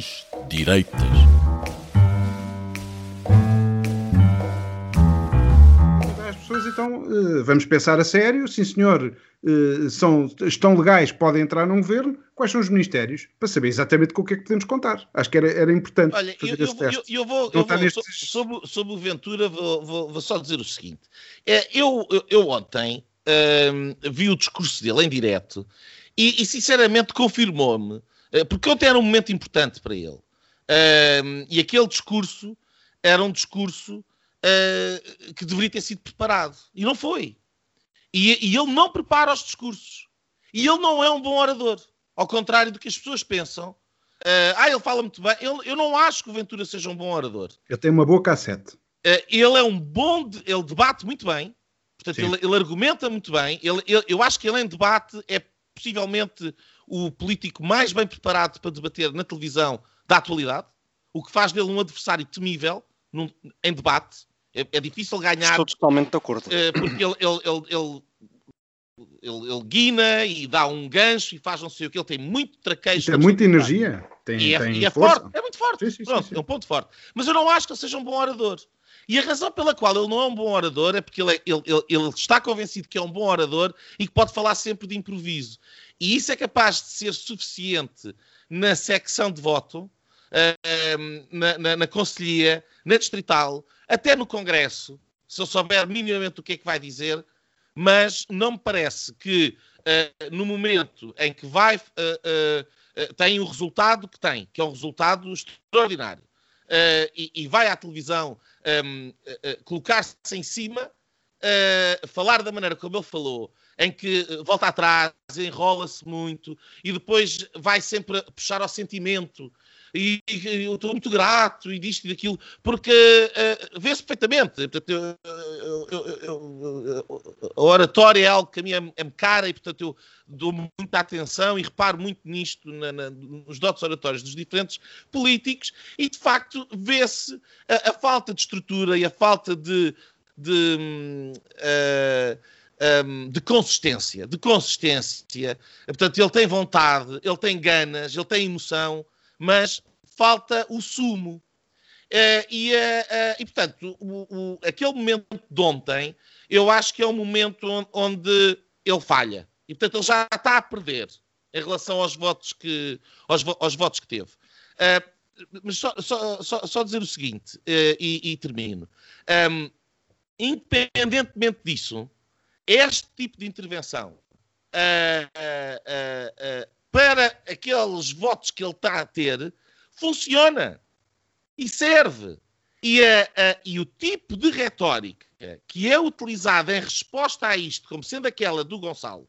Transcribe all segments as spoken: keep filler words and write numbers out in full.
Opiniões direitas. As pessoas, então, vamos pensar a sério. Sim, senhor, são, estão legais, podem entrar num governo. Quais são os ministérios? Para saber exatamente com o que é que podemos contar. Acho que era, era importante. Olha, fazer eu, esse eu, teste. eu, eu vou, Não eu está vou nestes... sobre, sobre o Ventura, vou, vou, vou só dizer o seguinte. É, eu, eu, eu ontem hum, vi o discurso dele em direto e, e sinceramente, confirmou-me, porque ontem era um momento importante para ele. Hum, e aquele discurso era um discurso uh, que deveria ter sido preparado. E não foi. E, e ele não prepara os discursos. E ele não é um bom orador. Ao contrário do que as pessoas pensam. Uh, ah, ele fala muito bem. Ele, eu não acho que o Ventura seja um bom orador. Ele tem uma boa cassete. Uh, ele é um bom... De, ele debate muito bem. Portanto, ele, ele argumenta muito bem. Ele, ele, eu acho que ele em debate é possivelmente o político mais bem preparado para debater na televisão da atualidade. O que faz dele um adversário temível num, em debate. É, é difícil ganhar... Estou totalmente de acordo. Uh, porque ele... ele, ele, ele Ele, ele guina e dá um gancho e faz não sei o que. Ele tem muito traquejo. Tem muita energia. Tem, e é, tem e é força. forte. É muito forte. Sim, sim, Pronto, sim, sim. é um ponto forte. Mas eu não acho que ele seja um bom orador. E a razão pela qual ele não é um bom orador é porque ele, é, ele, ele, ele está convencido que é um bom orador e que pode falar sempre de improviso. E isso é capaz de ser suficiente na secção de voto, uh, na, na, na conselhia, na distrital, até no Congresso, se eu souber minimamente o que é que vai dizer. Mas não me parece que uh, no momento em que vai, uh, uh, uh, tem o resultado que tem, que é um resultado extraordinário, uh, e, e vai à televisão um, uh, uh, colocar-se em cima, uh, falar da maneira como ele falou, em que uh, volta atrás, enrola-se muito, e depois vai sempre puxar ao sentimento, e, e eu estou muito grato, e disto e daquilo, porque uh, vê-se perfeitamente. Portanto, eu, eu, eu, eu, a oratória é algo que a mim é, é-me cara, e portanto eu dou muita atenção e reparo muito nisto, na, na, nos dotes oratórios dos diferentes políticos, e de facto vê-se a, a falta de estrutura e a falta de... de uh, Um, de consistência, de consistência. Portanto, ele tem vontade, ele tem ganas, ele tem emoção, mas falta o sumo. Uh, e, uh, uh, e, portanto, o, o, aquele momento de ontem, eu acho que é um momento onde, onde ele falha. E, portanto, ele já está a perder em relação aos votos que, aos, aos votos que teve. Uh, mas só, só, só, só dizer o seguinte, uh, e, e termino. Um, independentemente disso, este tipo de intervenção uh, uh, uh, uh, para aqueles votos que ele está a ter funciona e serve. E, uh, uh, e o tipo de retórica que é utilizada em resposta a isto, como sendo aquela do Gonçalo,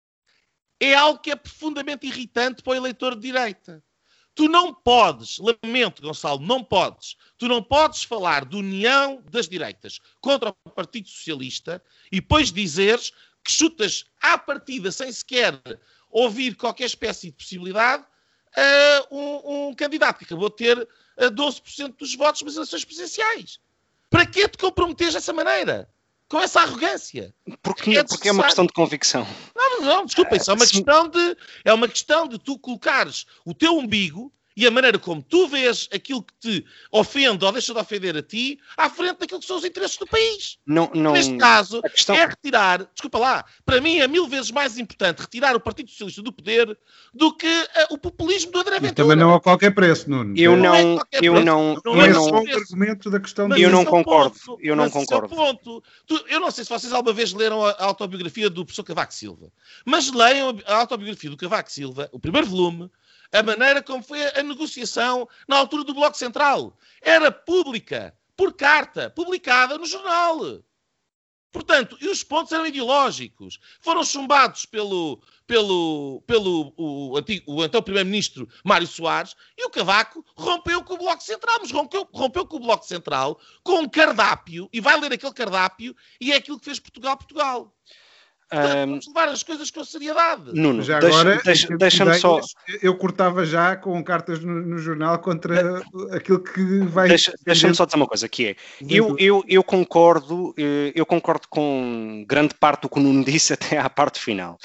é algo que é profundamente irritante para o eleitor de direita. Tu não podes, lamento, Gonçalo, não podes, tu não podes falar de união das direitas contra o Partido Socialista e depois dizeres que chutas à partida, sem sequer ouvir qualquer espécie de possibilidade, uh, um, um candidato que acabou de ter uh, doze por cento dos votos nas eleições presidenciais. Para que te comprometeres dessa maneira? Com essa arrogância? Porque é, porque é uma questão de convicção. Não, não, desculpa, isso é uma, Se... questão de, é uma questão de tu colocares o teu umbigo e a maneira como tu vês aquilo que te ofende ou deixa de ofender a ti à frente daquilo que são os interesses do país. Não, não... Neste caso, questão... é retirar, desculpa lá, para mim é mil vezes mais importante retirar o Partido Socialista do poder do que uh, o populismo do André Ventura. Também não a qualquer preço, Nuno. Eu não, não, é eu preço. não, não, eu é não, só o argumento da questão eu não concordo, ponto, eu não mas concordo. Ponto. Tu, eu não sei se vocês alguma vez leram a autobiografia do professor Cavaco Silva, mas leiam a autobiografia do Cavaco Silva, o primeiro volume, a maneira como foi a negociação na altura do Bloco Central. Era pública, por carta, publicada no jornal. Portanto, e os pontos eram ideológicos. Foram chumbados pelo, pelo, pelo o, antigo, o então Primeiro-Ministro Mário Soares, e o Cavaco rompeu com o Bloco Central, mas rompeu, rompeu com o Bloco Central com um cardápio, e vai ler aquele cardápio, e é aquilo que fez Portugal Portugal. Portanto, vamos levar as coisas com seriedade. Nuno, já deixa, agora, deixa, deixa-me só... Eu cortava já com cartas no, no jornal contra aquilo que vai... Deixa, deixa-me só dizer uma coisa, que é, eu, eu, eu, concordo, eu concordo com grande parte do que o Nuno disse até à parte final.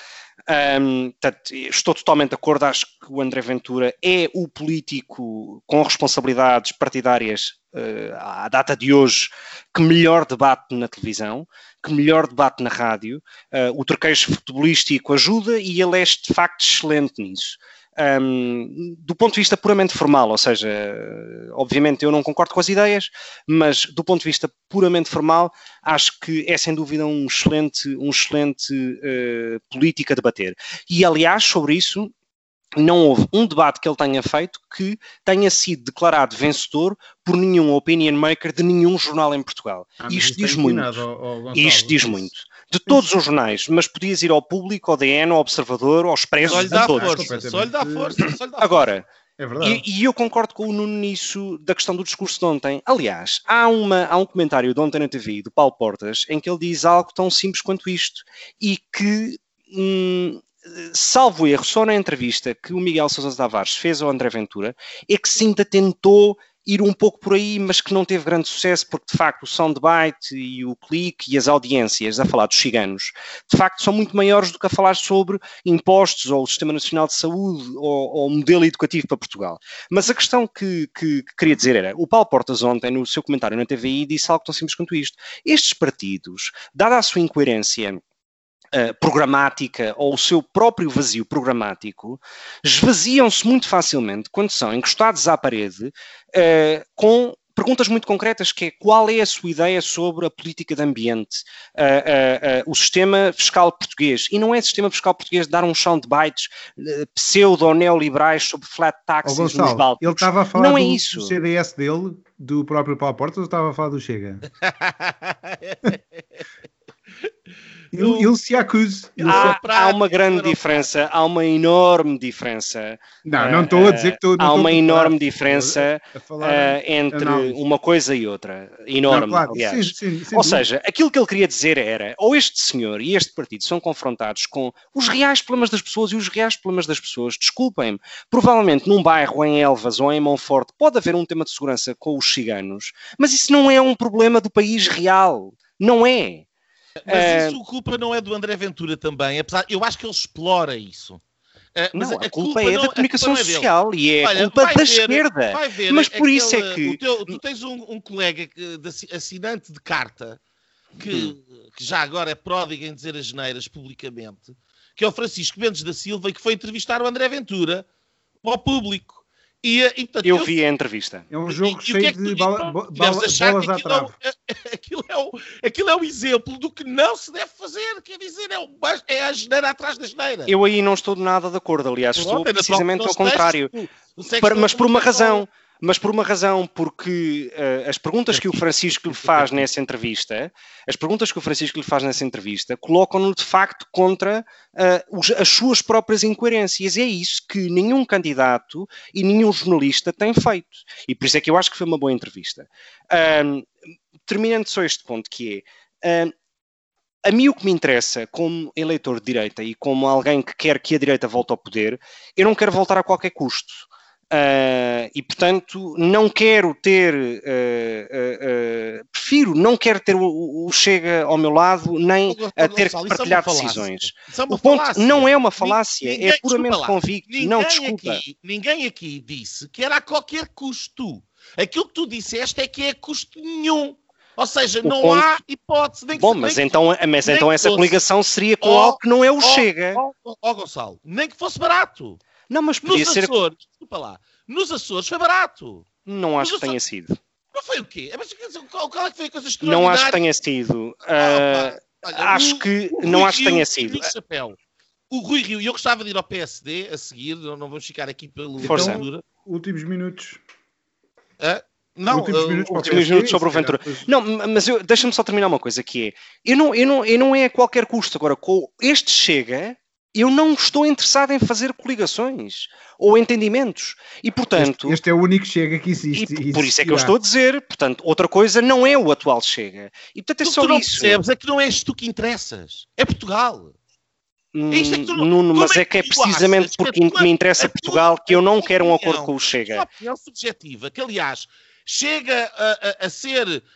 Um, portanto, estou totalmente de acordo, acho que o André Ventura é o político com responsabilidades partidárias uh, à data de hoje que melhor debate na televisão, que melhor debate na rádio. Uh, o traquejo futebolístico ajuda e ele é de facto excelente nisso. Um, do ponto de vista puramente formal, ou seja, obviamente eu não concordo com as ideias, mas do ponto de vista puramente formal, acho que é sem dúvida um excelente, um excelente uh, político a debater. E aliás, sobre isso, não houve um debate que ele tenha feito que tenha sido declarado vencedor por nenhum opinion maker de nenhum jornal em Portugal. Ah, isto isto diz muito. Ao, ao Gonçalo, isto diz isso. muito. De todos os jornais, mas podias ir ao Público, ao D N, ao Observador, ao Expresso, Só lhe dá todos. força, só lhe dá força. Só lhe dá Agora, é verdade. e, e eu concordo com o Nuno nisso da questão do discurso de ontem. Aliás, há, uma, há um comentário de ontem na T V do Paulo Portas em que ele diz algo tão simples quanto isto e que, hum, salvo erro, só na entrevista que o Miguel Sousa Tavares fez ao André Ventura, é que se ainda tentou ir um pouco por aí, mas que não teve grande sucesso, porque de facto o soundbite e o clique e as audiências a falar dos ciganos, de facto são muito maiores do que a falar sobre impostos ou o Sistema Nacional de Saúde ou, ou o modelo educativo para Portugal. Mas a questão que, que, que queria dizer era, o Paulo Portas ontem, no seu comentário na T V I, disse algo tão simples quanto isto. Estes partidos, dada a sua incoerência Uh, programática ou o seu próprio vazio programático, esvaziam-se muito facilmente quando são encostados à parede uh, com perguntas muito concretas, que é qual é a sua ideia sobre a política de ambiente, uh, uh, uh, o sistema fiscal português. E não é o sistema fiscal português de dar uns soundbites uh, pseudo-neoliberais sobre flat taxes oh, Gonçalo, nos Bálticos. Ele estava a falar não do, é isso. do C D S dele, do próprio Paulo Portas, ou estava a falar do Chega? Ele, ele se acusa. Ele Há, se... há uma grande diferença, há uma enorme diferença. Não, não estou a dizer que estou... Há estou uma a enorme diferença a falar uh, entre análise. uma coisa e outra. Enorme, não, claro. aliás. Sim, sim, sim, ou sim. seja, aquilo que ele queria dizer era, ou este senhor e este partido são confrontados com os reais problemas das pessoas e os reais problemas das pessoas, desculpem-me, provavelmente num bairro em Elvas ou em Monforte pode haver um tema de segurança com os ciganos, mas isso não é um problema do país real. Não é. Mas isso, a culpa não é do André Ventura também, apesar, eu acho que ele explora isso. Uh, mas não, a, a culpa, culpa é não, da comunicação é social e é Olha, culpa da ver, esquerda. Ver, mas por aquele, isso é que... Teu, tu tens um, um colega que, de, assinante de carta que, hum. que já agora é pródigo em dizer as geneiras publicamente, que é o Francisco Mendes da Silva e que foi entrevistar o André Ventura ao Público. E, e, portanto, eu vi a entrevista. É um jogo e, cheio e é de bala, bo, bala, bolas à trave. É, aquilo, é o, aquilo é o exemplo do que não se deve fazer. Quer dizer, é, o, é a geneira atrás da geneira. Eu aí não estou de nada de acordo, aliás, Pronto, estou é precisamente ao contrário. Tu, Para, mas por uma razão... Mas por uma razão, porque uh, as perguntas que o Francisco lhe faz nessa entrevista, as perguntas que o Francisco lhe faz nessa entrevista, colocam-no de facto contra uh, os, as suas próprias incoerências. E é isso que nenhum candidato e nenhum jornalista tem feito. E por isso é que eu acho que foi uma boa entrevista. Uh, terminando só este ponto, que é... Uh, a mim o que me interessa, como eleitor de direita e como alguém que quer que a direita volte ao poder, eu não quero voltar a qualquer custo. Uh, e, portanto, não quero ter, uh, uh, uh, prefiro, não quero ter o, o Chega ao meu lado, nem a ter que partilhar decisões. O ponto não é uma falácia, ninguém, é puramente convicto. Ninguém não, desculpa. Aqui, ninguém aqui disse que era a qualquer custo. Aquilo que tu disseste é que é custo nenhum. Ou seja, o não ponto... há hipótese. Nem que Bom, se, mas nem então, que, mas então essa fosse... coligação seria com oh, algo que não é o oh, Chega. Ó oh, oh, oh, Gonçalo, nem que fosse barato. Não, mas podia Nos ser... Açores, desculpa lá, nos Açores foi barato. Não acho nos que tenha sido. Não foi o quê? Mas qual é que foi a coisa extraordinária? Não acho que tenha sido. Uh, oh, olha, acho o, que o não Rui acho que tenha sido. O Rui Rio, e eu gostava de ir ao P S D a seguir, não, não vamos ficar aqui pelo... Força. Então, últimos minutos. Ah? Não, últimos minutos, uh, últimos minutos sobre o Ventura. Não, mas deixa-me só terminar uma coisa, que é, eu não, eu, não, eu não é a qualquer custo. Agora, com este Chega, eu não estou interessado em fazer coligações ou entendimentos. E, portanto... Este, este é o único Chega que existe. E, por isso é que eu estou a dizer, portanto, outra coisa não é o atual Chega. E, portanto, é só tu não isso. Percebes, é que não és tu que interessas. É Portugal. Hum, é tu, Nuno, mas é, é que é precisamente porque que me interessa Portugal que eu não quero um acordo com o Chega. É uma opinião subjetiva, que aliás... Chega a, a, a ser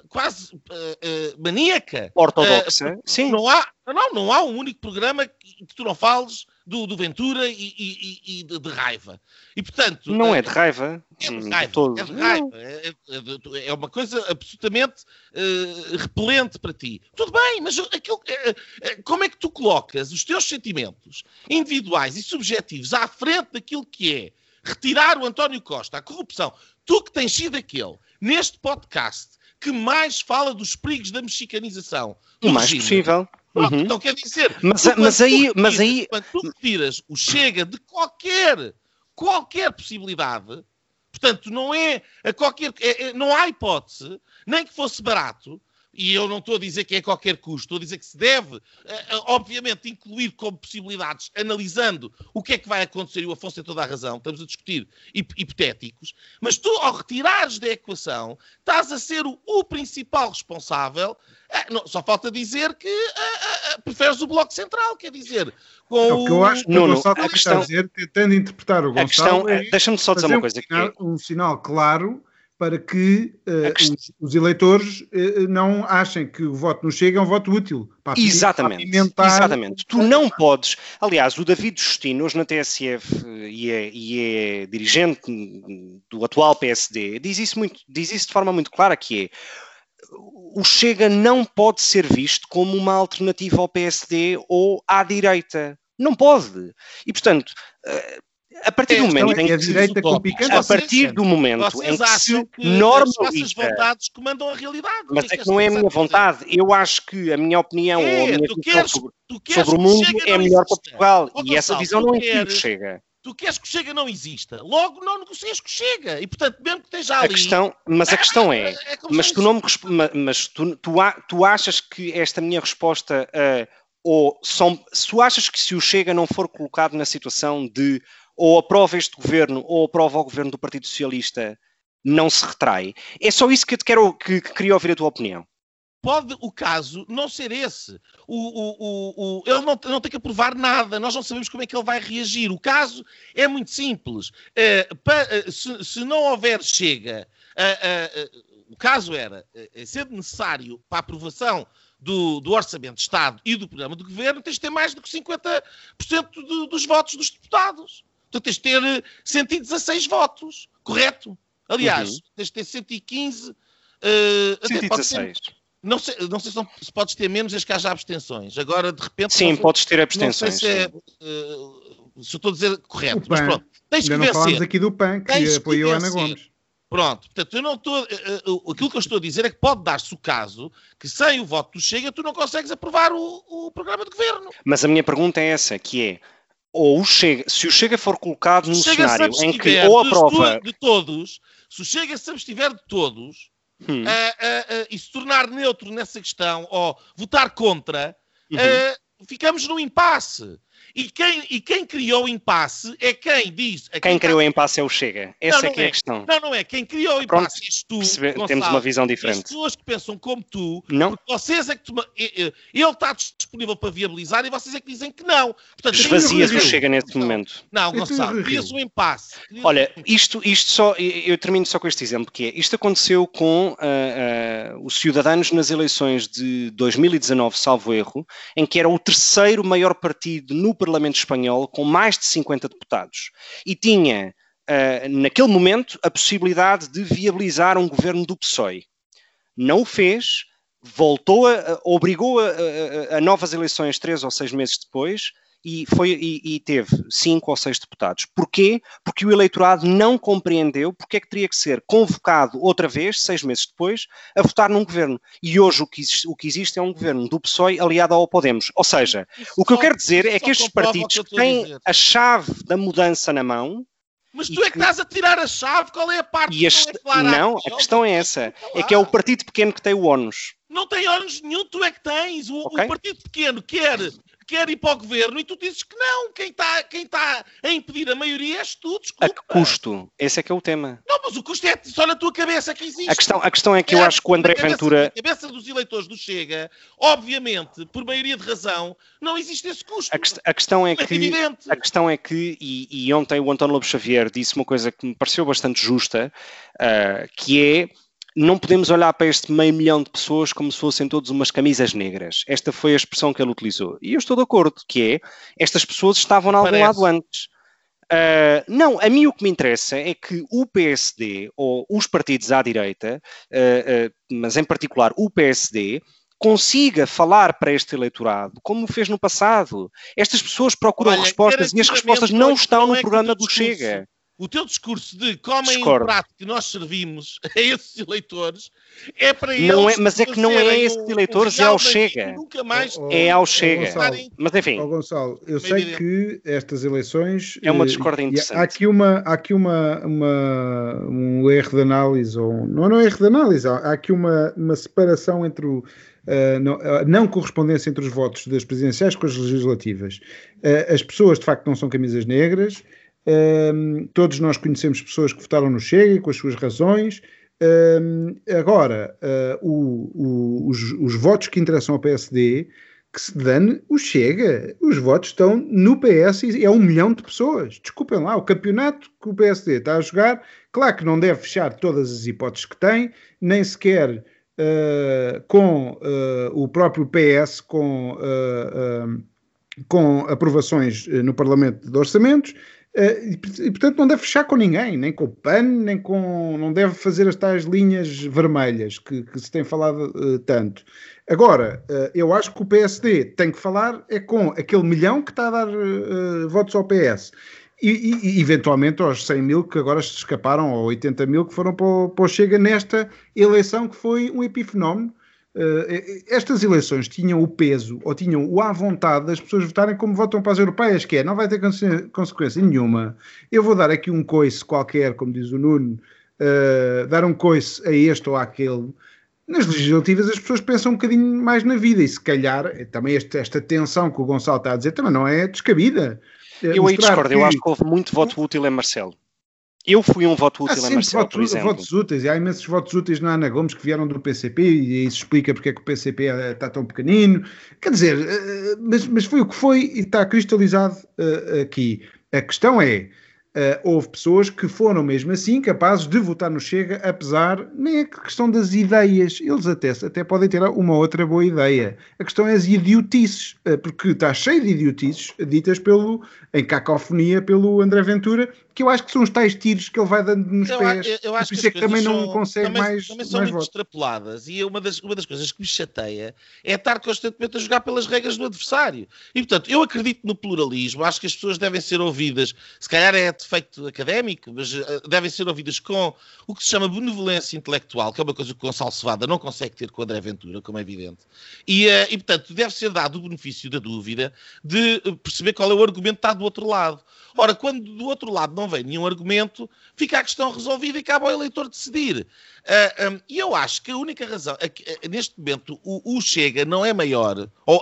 quase uh, uh, maníaca. Ortodoxa, uh, sim. Não há, não, não há um único programa que, que tu não fales do, do Ventura e, e, e de, de raiva. E, portanto... Não uh, é de raiva. É de hum, raiva, todo. é, de raiva. É, é, é uma coisa absolutamente uh, repelente para ti. Tudo bem, mas aquilo, uh, como é que tu colocas os teus sentimentos individuais e subjetivos à frente daquilo que é retirar o António Costa, a corrupção? Tu que tens sido aquele, neste podcast, que mais fala dos perigos da mexicanização. O mais regime, possível. Pronto, uhum. Então quer dizer... Mas, tu, mas aí... retiras, Mas aí... Quando tu retiras o Chega de qualquer... qualquer possibilidade, portanto, não é a qualquer, é, é, não há hipótese, nem que fosse barato, e eu não estou a dizer que é a qualquer custo, estou a dizer que se deve, obviamente, incluir como possibilidades, analisando o que é que vai acontecer, e o Afonso tem toda a razão, estamos a discutir hip hipotéticos, mas tu, ao retirares da equação, estás a ser o, o principal responsável. É, não, só falta dizer que uh, uh, preferes o Bloco Central, quer dizer... Com é o que eu acho que não, o não, Gonçalo a questão, está a dizer, tentando interpretar o Gonçalo, é, deixa-me só dizer uma coisa. Um sinal, que... um sinal claro para que uh, questão... os, os eleitores uh, não achem que o voto no Chega é um voto útil. Para exatamente, para exatamente. Tu não podes... Aliás, o David Justino, hoje na T S F, e é, e é dirigente do atual P S D, diz isso, muito, diz isso de forma muito clara, que é: o Chega não pode ser visto como uma alternativa ao P S D ou à direita. Não pode. E, portanto, a partir é, do momento é, em que... a direita com picante, a partir do momento em que se normaliza... As vossas vontades comandam a realidade. Mas é que não é a minha vontade. Eu acho que a minha opinião ou a minha visão sobre, sobre o mundo é melhor para Portugal. E essa visão não inclui o Chega. Tu queres que o Chega não exista, logo não negocias com o Chega. E, portanto, mesmo que esteja ali... A questão, mas a questão é, é, é mas, tu, não me, mas tu, tu, tu achas que esta minha resposta, uh, ou são, se tu achas que se o Chega não for colocado na situação de ou aprova este governo ou aprova o governo do Partido Socialista, não se retrai, é só isso que eu te quero, que, que queria ouvir a tua opinião. Pode o caso não ser esse. O, o, o, o, ele não, não tem que aprovar nada. Nós não sabemos como é que ele vai reagir. O caso é muito simples. Uh, pa, uh, se, se não houver Chega, uh, uh, uh, o caso era, uh, sendo necessário para a aprovação do, do Orçamento de Estado e do Programa de Governo, tens de ter mais do que cinquenta por cento do, dos votos dos deputados. Então tens de ter cento e dezasseis votos. Correto? Aliás, uhum. tens de ter cento e quinze... Uh, cento e dezasseis. Não sei, não sei se, não, se podes ter menos, desde que haja abstenções. Agora, de repente... Sim, sei, podes ter abstenções. Não sei se, é, uh, se eu estou a dizer correto, mas pronto. Tens Ainda que não falamos vencer. aqui do P A N, que tens apoiou a Ana Gomes. Pronto. Portanto, eu não estou... Uh, uh, aquilo que eu estou a dizer é que pode dar-se o caso que sem o voto do Chega tu não consegues aprovar o, o programa de governo. Mas a minha pergunta é essa, que é... Ou o Chega, se o Chega for colocado num cenário em que ou aprova... De todos, se o Chega se abstiver de todos... Hum. Uh, uh, uh, e se tornar neutro nessa questão, ou votar contra, uhum. uh, ficamos no impasse. E quem, e quem criou o impasse é quem diz... Quem, quem criou tá... o impasse é o Chega. Essa não, é que é a questão. Não, não é. Quem criou o impasse és tu, Gonçalo, temos uma visão diferente. As pessoas que pensam como tu, não. Vocês é que... Toma... Ele está disponível para viabilizar e vocês é que dizem que não. Portanto, esvazias o Chega nesse momento. Não, Gonçalo, crias um impasse. Olha, isto, isto só... Eu termino só com este exemplo, que é... Isto aconteceu com uh, uh, os Ciudadanos nas eleições de dois mil e dezanove, salvo erro, em que era o terceiro maior partido no Parlamento Espanhol, com mais de cinquenta deputados. E tinha, uh, naquele momento, a possibilidade de viabilizar um governo do P SOE. Não o fez, voltou, a, obrigou a, a, a novas eleições três ou seis meses depois e, foi, e, e teve cinco ou seis deputados. Porquê? Porque o eleitorado não compreendeu porque é que teria que ser convocado outra vez, seis meses depois, a votar num governo. E hoje o que existe, o que existe é um governo do P SOE aliado ao Podemos. Ou seja, isso o que só, eu quero dizer é que estes partidos que têm a chave da mudança na mão... Mas tu é que estás a tirar a chave, qual é a parte que est... é Não, a questão é essa. É que é o partido pequeno que tem o ónus. Não tem ónus nenhum, tu é que tens. O, okay. o partido pequeno quer, quer ir para o governo e tu dizes que não. Quem está quem tá a impedir a maioria és tu, desculpa. A que custo? Esse é que é o tema. Não, mas o custo é só na tua cabeça que existe. A questão, a questão é que é, eu acho que o André cabeça, Ventura... Na cabeça dos eleitores do Chega, obviamente, por maioria de razão, não existe esse custo. A, quest a questão é, é que... evidente. A questão é que, e, e ontem o António Lobo Xavier disse uma coisa que me pareceu bastante justa, uh, que é... não podemos olhar para este meio milhão de pessoas como se fossem todos umas camisas negras. Esta foi a expressão que ele utilizou. E eu estou de acordo, que é, estas pessoas estavam em algum Parece. lado antes. Uh, não, a mim o que me interessa é que o P S D, ou os partidos à direita, uh, uh, mas em particular o P S D, consiga falar para este eleitorado, como fez no passado. Estas pessoas procuram Olha, respostas e as respostas não estão não no é programa que o do discurso- Chega. O teu discurso de comem Discordo. o prato que nós servimos a esses eleitores é para Não eles é- mas é que não é a fazerem esses o- eleitores, o é ao real bem Chega. e nunca mais Oh, oh, É ao oh, Chega. Gonçalo, Mas enfim, Ó Gonçalo, eu Meio sei dia. que estas eleições É uma eh, discórdia e interessante. Há aqui, uma, há aqui uma, uma- um erro de análise, ou não, não é erro de análise, há, há aqui uma, uma separação entre o, eh, não, a não correspondência entre os votos das presidenciais com as legislativas. Eh, as pessoas de facto não são camisas negras. Um, todos nós conhecemos pessoas que votaram no Chega com as suas razões. Um, agora, uh, o, o, os, os votos que interessam ao P S D, que se dane o Chega. Os votos estão no P S e é um milhão de pessoas. Desculpem lá, o campeonato que o P S D está a jogar, claro que não deve fechar todas as hipóteses que tem, nem sequer uh, com uh, o próprio P S, com, uh, uh, com aprovações uh, no Parlamento de Orçamentos. Uh, e, e, portanto, não deve fechar com ninguém, nem com o P A N, nem com. Não deve fazer as tais linhas vermelhas que, que se tem falado uh, tanto. Agora, uh, eu acho que o P S D tem que falar é com aquele milhão que está a dar uh, votos ao P S. E, e, e, eventualmente, aos cem mil que agora se escaparam, ou oitenta mil que foram para o, para o Chega nesta eleição, que foi um epifenómeno. Uh, estas eleições tinham o peso, ou tinham o à vontade das pessoas votarem como votam para as europeias, que é, não vai ter conse- consequência nenhuma. Eu vou dar aqui um coice qualquer, como diz o Nuno, uh, dar um coice a este ou àquele. Nas legislativas as pessoas pensam um bocadinho mais na vida, e se calhar, também este, esta tensão que o Gonçalo está a dizer, também não é descabida. Uh, eu aí mostrar discordo, eu acho que houve muito voto útil em Marcelo. Eu fui um voto Há útil em sempre Marcelo, votos, por exemplo. votos úteis, e há imensos votos úteis na Ana Gomes que vieram do P C P, e isso explica porque é que o P C P está tão pequenino. Quer dizer, uh, mas, mas foi o que foi e está cristalizado uh, aqui. A questão é, uh, houve pessoas que foram mesmo assim capazes de votar no Chega, apesar, nem é questão das ideias, eles até, até podem ter uma outra boa ideia. A questão é as idiotices, uh, porque está cheio de idiotices ditas pelo, em cacofonia pelo André Ventura, que eu acho que são os tais tiros que ele vai dando nos Eu, pés. eu, eu acho por isso que é que também não são, consegue também, mais, também são mais muito votos. extrapoladas, e uma das, uma das coisas que me chateia é estar constantemente a jogar pelas regras do adversário. E, portanto, eu acredito no pluralismo, acho que as pessoas devem ser ouvidas, se calhar é defeito académico, mas uh, devem ser ouvidas com o que se chama benevolência intelectual, que é uma coisa que o Gonçalo Cevada não consegue ter com o André Ventura, como é evidente. E, uh, e, portanto, deve ser dado o benefício da dúvida de perceber qual é o argumento que está do outro lado. Ora, quando do outro lado não vem nenhum argumento, fica a questão resolvida e cabe ao eleitor decidir. Uh, um, e eu acho que a única razão, uh, neste momento, o, o Chega não é maior, ou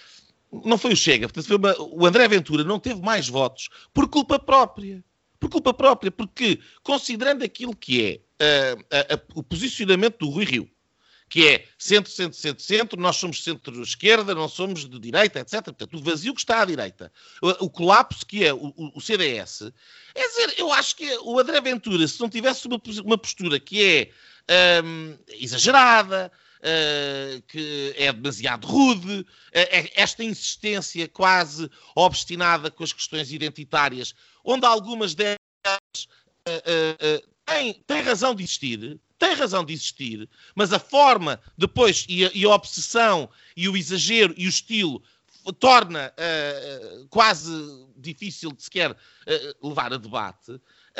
uh, não foi o Chega, portanto, foi uma, o André Ventura não teve mais votos por culpa própria. Por culpa própria, porque considerando aquilo que é uh, a, a, o posicionamento do Rui Rio, que é centro, centro, centro, centro, nós somos centro-esquerda, não somos de direita, etcétera. Portanto, o vazio que está à direita, o, o colapso que é o, o C D S, é dizer, eu acho que o André Ventura, se não tivesse uma, uma postura que é um, exagerada, uh, que é demasiado rude, uh, esta insistência quase obstinada com as questões identitárias, onde algumas delas uh, uh, uh, têm, têm razão de existir, tem razão de existir, mas a forma depois e a, e a obsessão e o exagero e o estilo torna uh, quase difícil de sequer uh, levar a debate.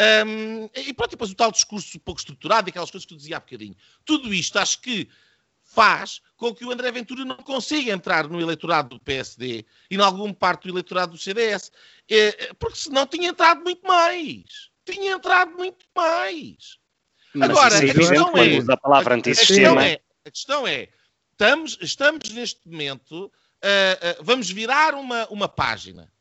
Um, e pronto, depois o tal discurso pouco estruturado e aquelas coisas que eu dizia há bocadinho. Tudo isto acho que faz com que o André Ventura não consiga entrar no eleitorado do P S D e em alguma parte do eleitorado do C D S, porque senão tinha entrado muito mais. Tinha entrado muito mais. Mas agora, isso é a questão quando é, usa a palavra a, antissistema. a, questão é, a questão é, estamos, estamos neste momento, uh, uh, vamos virar uma, uma página.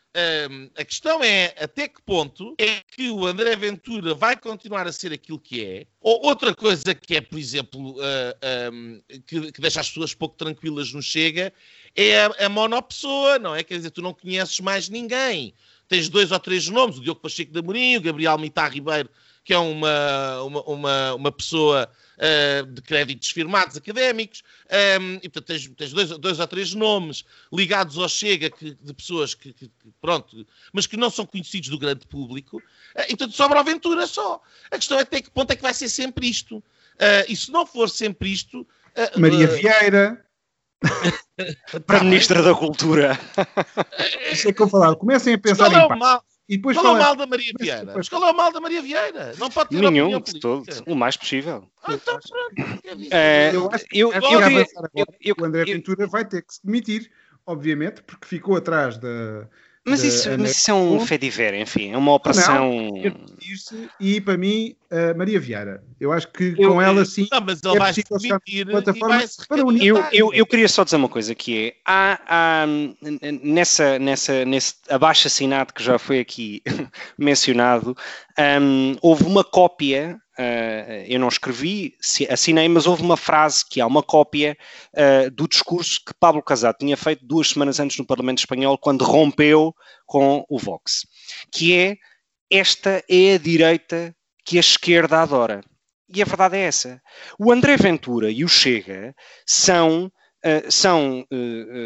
Uh, a questão é até que ponto é que o André Ventura vai continuar a ser aquilo que é. Ou outra coisa que é, por exemplo, uh, um, que, que deixa as pessoas pouco tranquilas no Chega, é a, a monopessoa, não é? Quer dizer, tu não conheces mais ninguém. Tens dois ou três nomes, o Diogo Pacheco de Amorim, o Gabriel Mitar Ribeiro, que é uma, uma, uma, uma pessoa uh, de créditos firmados académicos, um, e portanto tens, tens dois, dois ou três nomes ligados ao Chega que, de pessoas que, que, que, pronto, mas que não são conhecidos do grande público, uh, e portanto sobra a Ventura só. A questão é até que ponto é que vai ser sempre isto. Uh, e se não for sempre isto... Uh, Maria uh, Vieira... Para a Ministra da Cultura. Isso é que eu falar. Comecem a pensar Qual é em o paz. mal? E depois Qual é o falam- mal da Maria Vieira? Mas qual é o mal da Maria Vieira? Não pode ter Nenhum, opinião de política. todo. O mais possível. Ah, então pronto. quer dizer, É, Eu acho que eu, acho eu que queria- vai avançar agora. eu- eu- O André eu- Ventura vai ter que se demitir, obviamente, porque ficou atrás da... Mas da isso, Ana mas isso é um Gomes. fediver, enfim, é uma operação. Demitir-se. E para mim, a Maria Vieira. Eu acho que Eu- com ela sim. Não, mas ele É vai se possível chegar demitir numa e plataforma vai se para unir- Eu, recandidatar. eu, eu queria só dizer uma coisa, que é, há, há, nessa, nessa, nesse abaixo-assinado que já foi aqui mencionado, hum, houve uma cópia, uh, eu não escrevi, se- assinei, mas houve uma frase que há uma cópia uh, do discurso que Pablo Casado tinha feito duas semanas antes no Parlamento Espanhol, quando rompeu com o Vox, que é, esta é a direita que a esquerda adora. E a verdade é essa. O André Ventura e o Chega são, uh, são uh,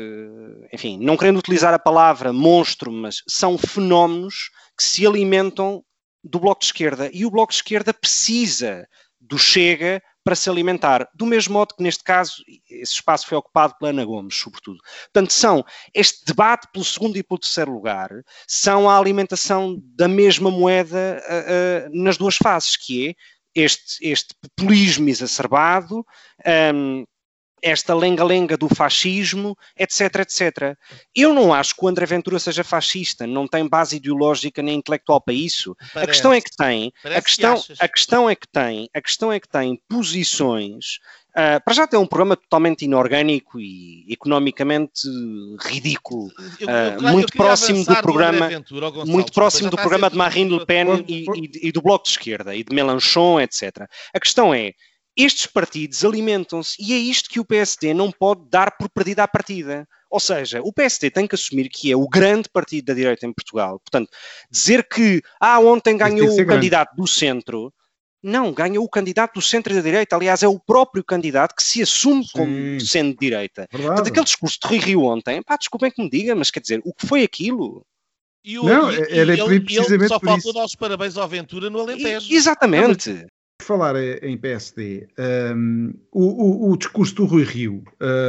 uh, enfim, não querendo utilizar a palavra monstro, mas são fenómenos que se alimentam do Bloco de Esquerda. E o Bloco de Esquerda precisa do Chega para se alimentar. Do mesmo modo que, neste caso, esse espaço foi ocupado pela Ana Gomes, sobretudo. Portanto, são este debate pelo segundo e pelo terceiro lugar, são a alimentação da mesma moeda uh, uh, nas duas faces, que é Este, este populismo exacerbado, um, esta lenga-lenga do fascismo, etc, etcétera. Eu não acho que o André Ventura seja fascista, não tem base ideológica nem intelectual para isso. Parece. A questão é que tem, Parece a questão, que achas. a questão é que tem, a questão é que tem posições. Uh, para já tem um programa totalmente inorgânico e economicamente ridículo, Eu- eu- uh, eu muito queria próximo do avançar programa, André Ventura, ó, Gonçalo, muito desculpa, próximo já do está a programa ser de Marine Le Pen tudo- e, e- e do Bloco de Esquerda e de Mélenchon, etcétera. A questão é, estes partidos alimentam-se e é isto que o P S D não pode dar por perdida à partida. Ou seja, o P S D tem que assumir que é o grande partido da direita em Portugal. Portanto, dizer que ah, ontem tem que ganhou ser o grande. candidato do centro... Não, ganhou o candidato do centro e da direita. Aliás, é o próprio candidato que se assume Sim. como sendo de direita. Verdade. Portanto, aquele discurso de Rui Rio ontem, pá, desculpem que me diga, mas quer dizer, o que foi aquilo? E o, Não, e, era e ele, ele precisamente só por faltou isso. dar os parabéns ao Ventura no Alentejo. E- exatamente. Por falar em P S D, um, o, o, o discurso do Rui Rio,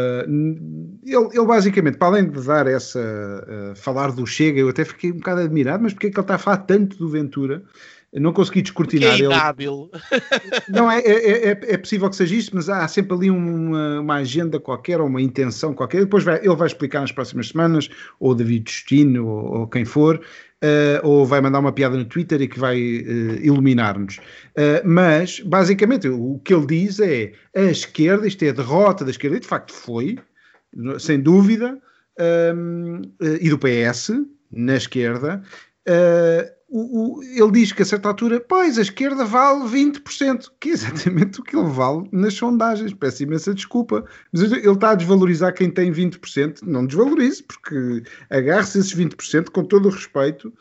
uh, ele, ele basicamente, para além de dar essa, uh, falar do Chega, eu até fiquei um bocado admirado, mas porque é que ele está a falar tanto do Ventura? Eu não consegui Porque descortinar. é ele, inábil. não, é, é, é, é possível que seja isto, mas há sempre ali uma, uma agenda qualquer, ou uma intenção qualquer. Depois vai, ele vai explicar nas próximas semanas, ou o David Justino, ou, ou quem for, uh, ou vai mandar uma piada no Twitter e que vai uh, iluminar-nos. Uh, mas, basicamente, o que ele diz é a esquerda, isto é a derrota da esquerda, e de facto foi, sem dúvida, um, uh, e do P S, na esquerda. Uh, O, o, ele diz que a certa altura, pois, a esquerda vale vinte por cento, que é exatamente o que ele vale nas sondagens. Peço imensa desculpa, mas ele está a desvalorizar quem tem vinte por cento. Não desvalorize, porque agarre-se a esses vinte por cento com todo o respeito,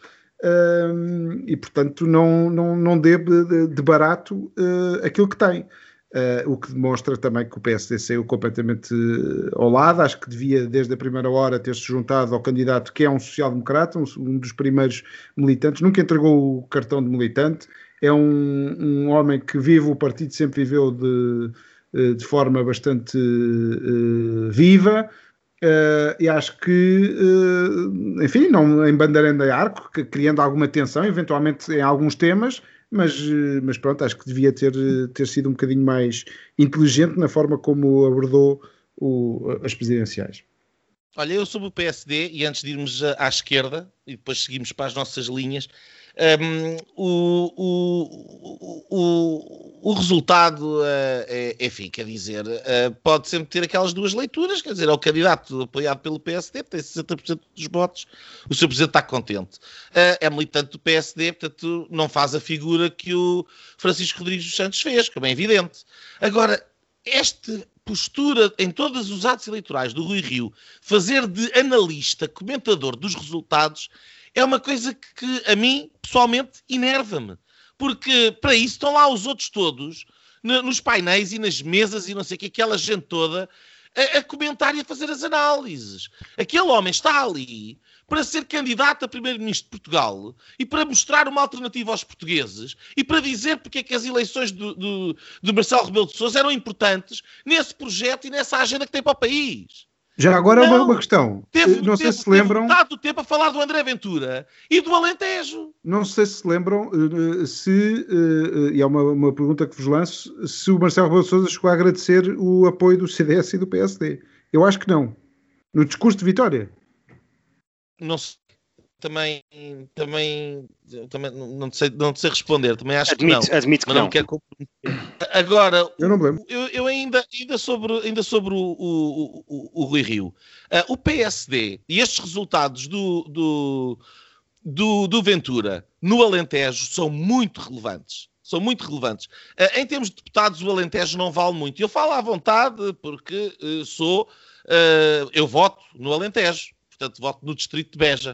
um, e, portanto, não, não, não dê de, de barato uh, aquilo que tem. Uh, o que demonstra também que o P S D saiu completamente uh, ao lado. Acho que devia, desde a primeira hora, ter-se juntado ao candidato que é um social-democrata, um, um dos primeiros militantes, nunca entregou o cartão de militante, é um, um homem que vive o partido, sempre viveu de, uh, de forma bastante uh, viva, uh, e acho que, uh, enfim, não embandeirando a arco, que, criando alguma tensão, eventualmente em alguns temas, Mas, mas pronto, acho que devia ter, ter sido um bocadinho mais inteligente na forma como abordou o, as presidenciais. Olha, eu sobre o P S D, e antes de irmos à esquerda, e depois seguimos para as nossas linhas, um, o, o, o, o resultado, uh, é, enfim, quer dizer, uh, pode sempre ter aquelas duas leituras, quer dizer, é o candidato apoiado pelo P S D, tem sessenta por cento dos votos, o seu Presidente está contente. Uh, é militante do P S D, portanto, não faz a figura que o Francisco Rodrigues dos Santos fez, como é evidente. Agora, esta postura em todos os atos eleitorais do Rui Rio, fazer de analista, comentador dos resultados, é uma coisa que, que a mim, pessoalmente, enerva-me. Porque para isso estão lá os outros todos no, nos painéis e nas mesas e não sei o que, aquela gente toda a, a comentar e a fazer as análises. Aquele homem está ali para ser candidato a primeiro-ministro de Portugal e para mostrar uma alternativa aos portugueses e para dizer porque é que as eleições do, do, do Marcelo Rebelo de Sousa eram importantes nesse projeto e nessa agenda que tem para o país. Já agora Não, uma, uma questão. Teve, não teve, sei se se lembram... Teve metade do tempo a falar do André Ventura e do Alentejo. Não sei se se lembram se, e é uma, uma pergunta que vos lanço, se o Marcelo Rebelo de Sousa chegou a agradecer o apoio do C D S e do P S D. Eu acho que não. No discurso de vitória. Não sei, também, também, também não, sei, não sei responder, também acho admito, que não. Admito que mas não. não. Me quero comprometer. Agora, eu, não me lembro. eu, eu ainda, ainda sobre, ainda sobre o, o, o, o Rui Rio, uh, o P S D e estes resultados do, do, do, do Ventura no Alentejo são muito relevantes. São muito relevantes. Uh, em termos de deputados, o Alentejo não vale muito. Eu falo à vontade porque uh, sou, uh, eu voto no Alentejo. Portanto, voto no distrito de Beja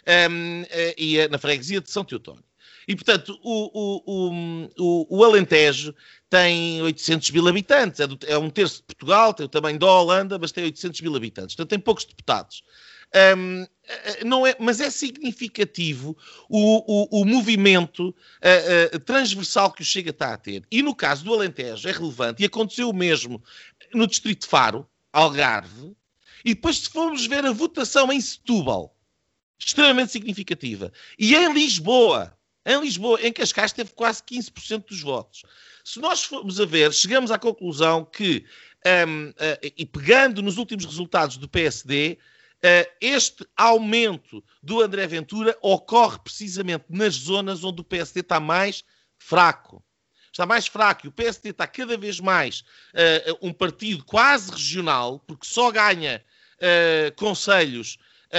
um, uh, e uh, na freguesia de São Teotónio. E, portanto, o, o, o, o Alentejo tem oitocentos mil habitantes, é, do, é um terço de Portugal, tem o tamanho da Holanda, mas tem oitocentos mil habitantes, portanto tem poucos deputados. Um, não é, mas é significativo o, o, o movimento uh, uh, transversal que o Chega está a ter. E no caso do Alentejo é relevante, e aconteceu o mesmo no distrito de Faro, Algarve. E depois, se formos ver a votação em Setúbal, extremamente significativa. E em Lisboa, em Lisboa, em Cascais, teve quase quinze por cento dos votos. Se nós formos a ver, chegamos à conclusão que, um, uh, e pegando nos últimos resultados do P S D, uh, este aumento do André Ventura ocorre precisamente nas zonas onde o P S D está mais fraco. Está mais fraco e o P S D está cada vez mais uh, um partido quase regional, porque só ganha uh, conselhos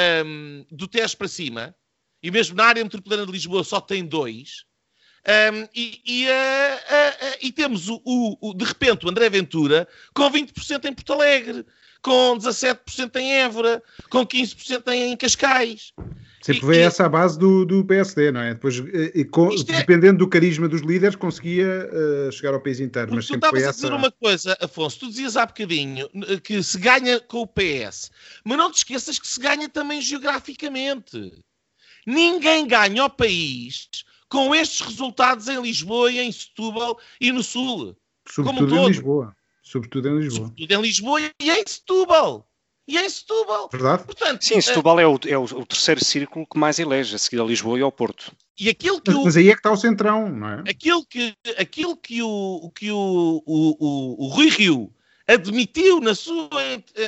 um, do Tejo para cima, e mesmo na área metropolitana de Lisboa só tem dois, um, e, e, uh, uh, uh, e temos, o, o, o, de repente, o André Ventura com vinte por cento em Porto Alegre, com dezassete por cento em Évora, com quinze por cento em Cascais. Sempre veio essa a base do, do P S D, não é? Depois, e, com, é... dependendo do carisma dos líderes, conseguia uh, chegar ao país inteiro. Mas tu sempre foi estavas essa... a dizer uma coisa, Afonso, tu dizias há bocadinho que se ganha com o P S, mas não te esqueças que se ganha também geograficamente. Ninguém ganha o país com estes resultados em Lisboa e em Setúbal e no Sul. Sobretudo em Lisboa. Sobretudo em Lisboa. Sobretudo em Lisboa e em Setúbal. E em Setúbal. Verdade? Portanto, sim, Setúbal é, é, o, é o terceiro círculo que mais elege, a seguir a Lisboa e ao Porto. E aquilo que mas, o, mas aí é que está o centrão, não é? Aquilo que, aquilo que, o, que o, o, o, o Rui Rio admitiu na sua uh,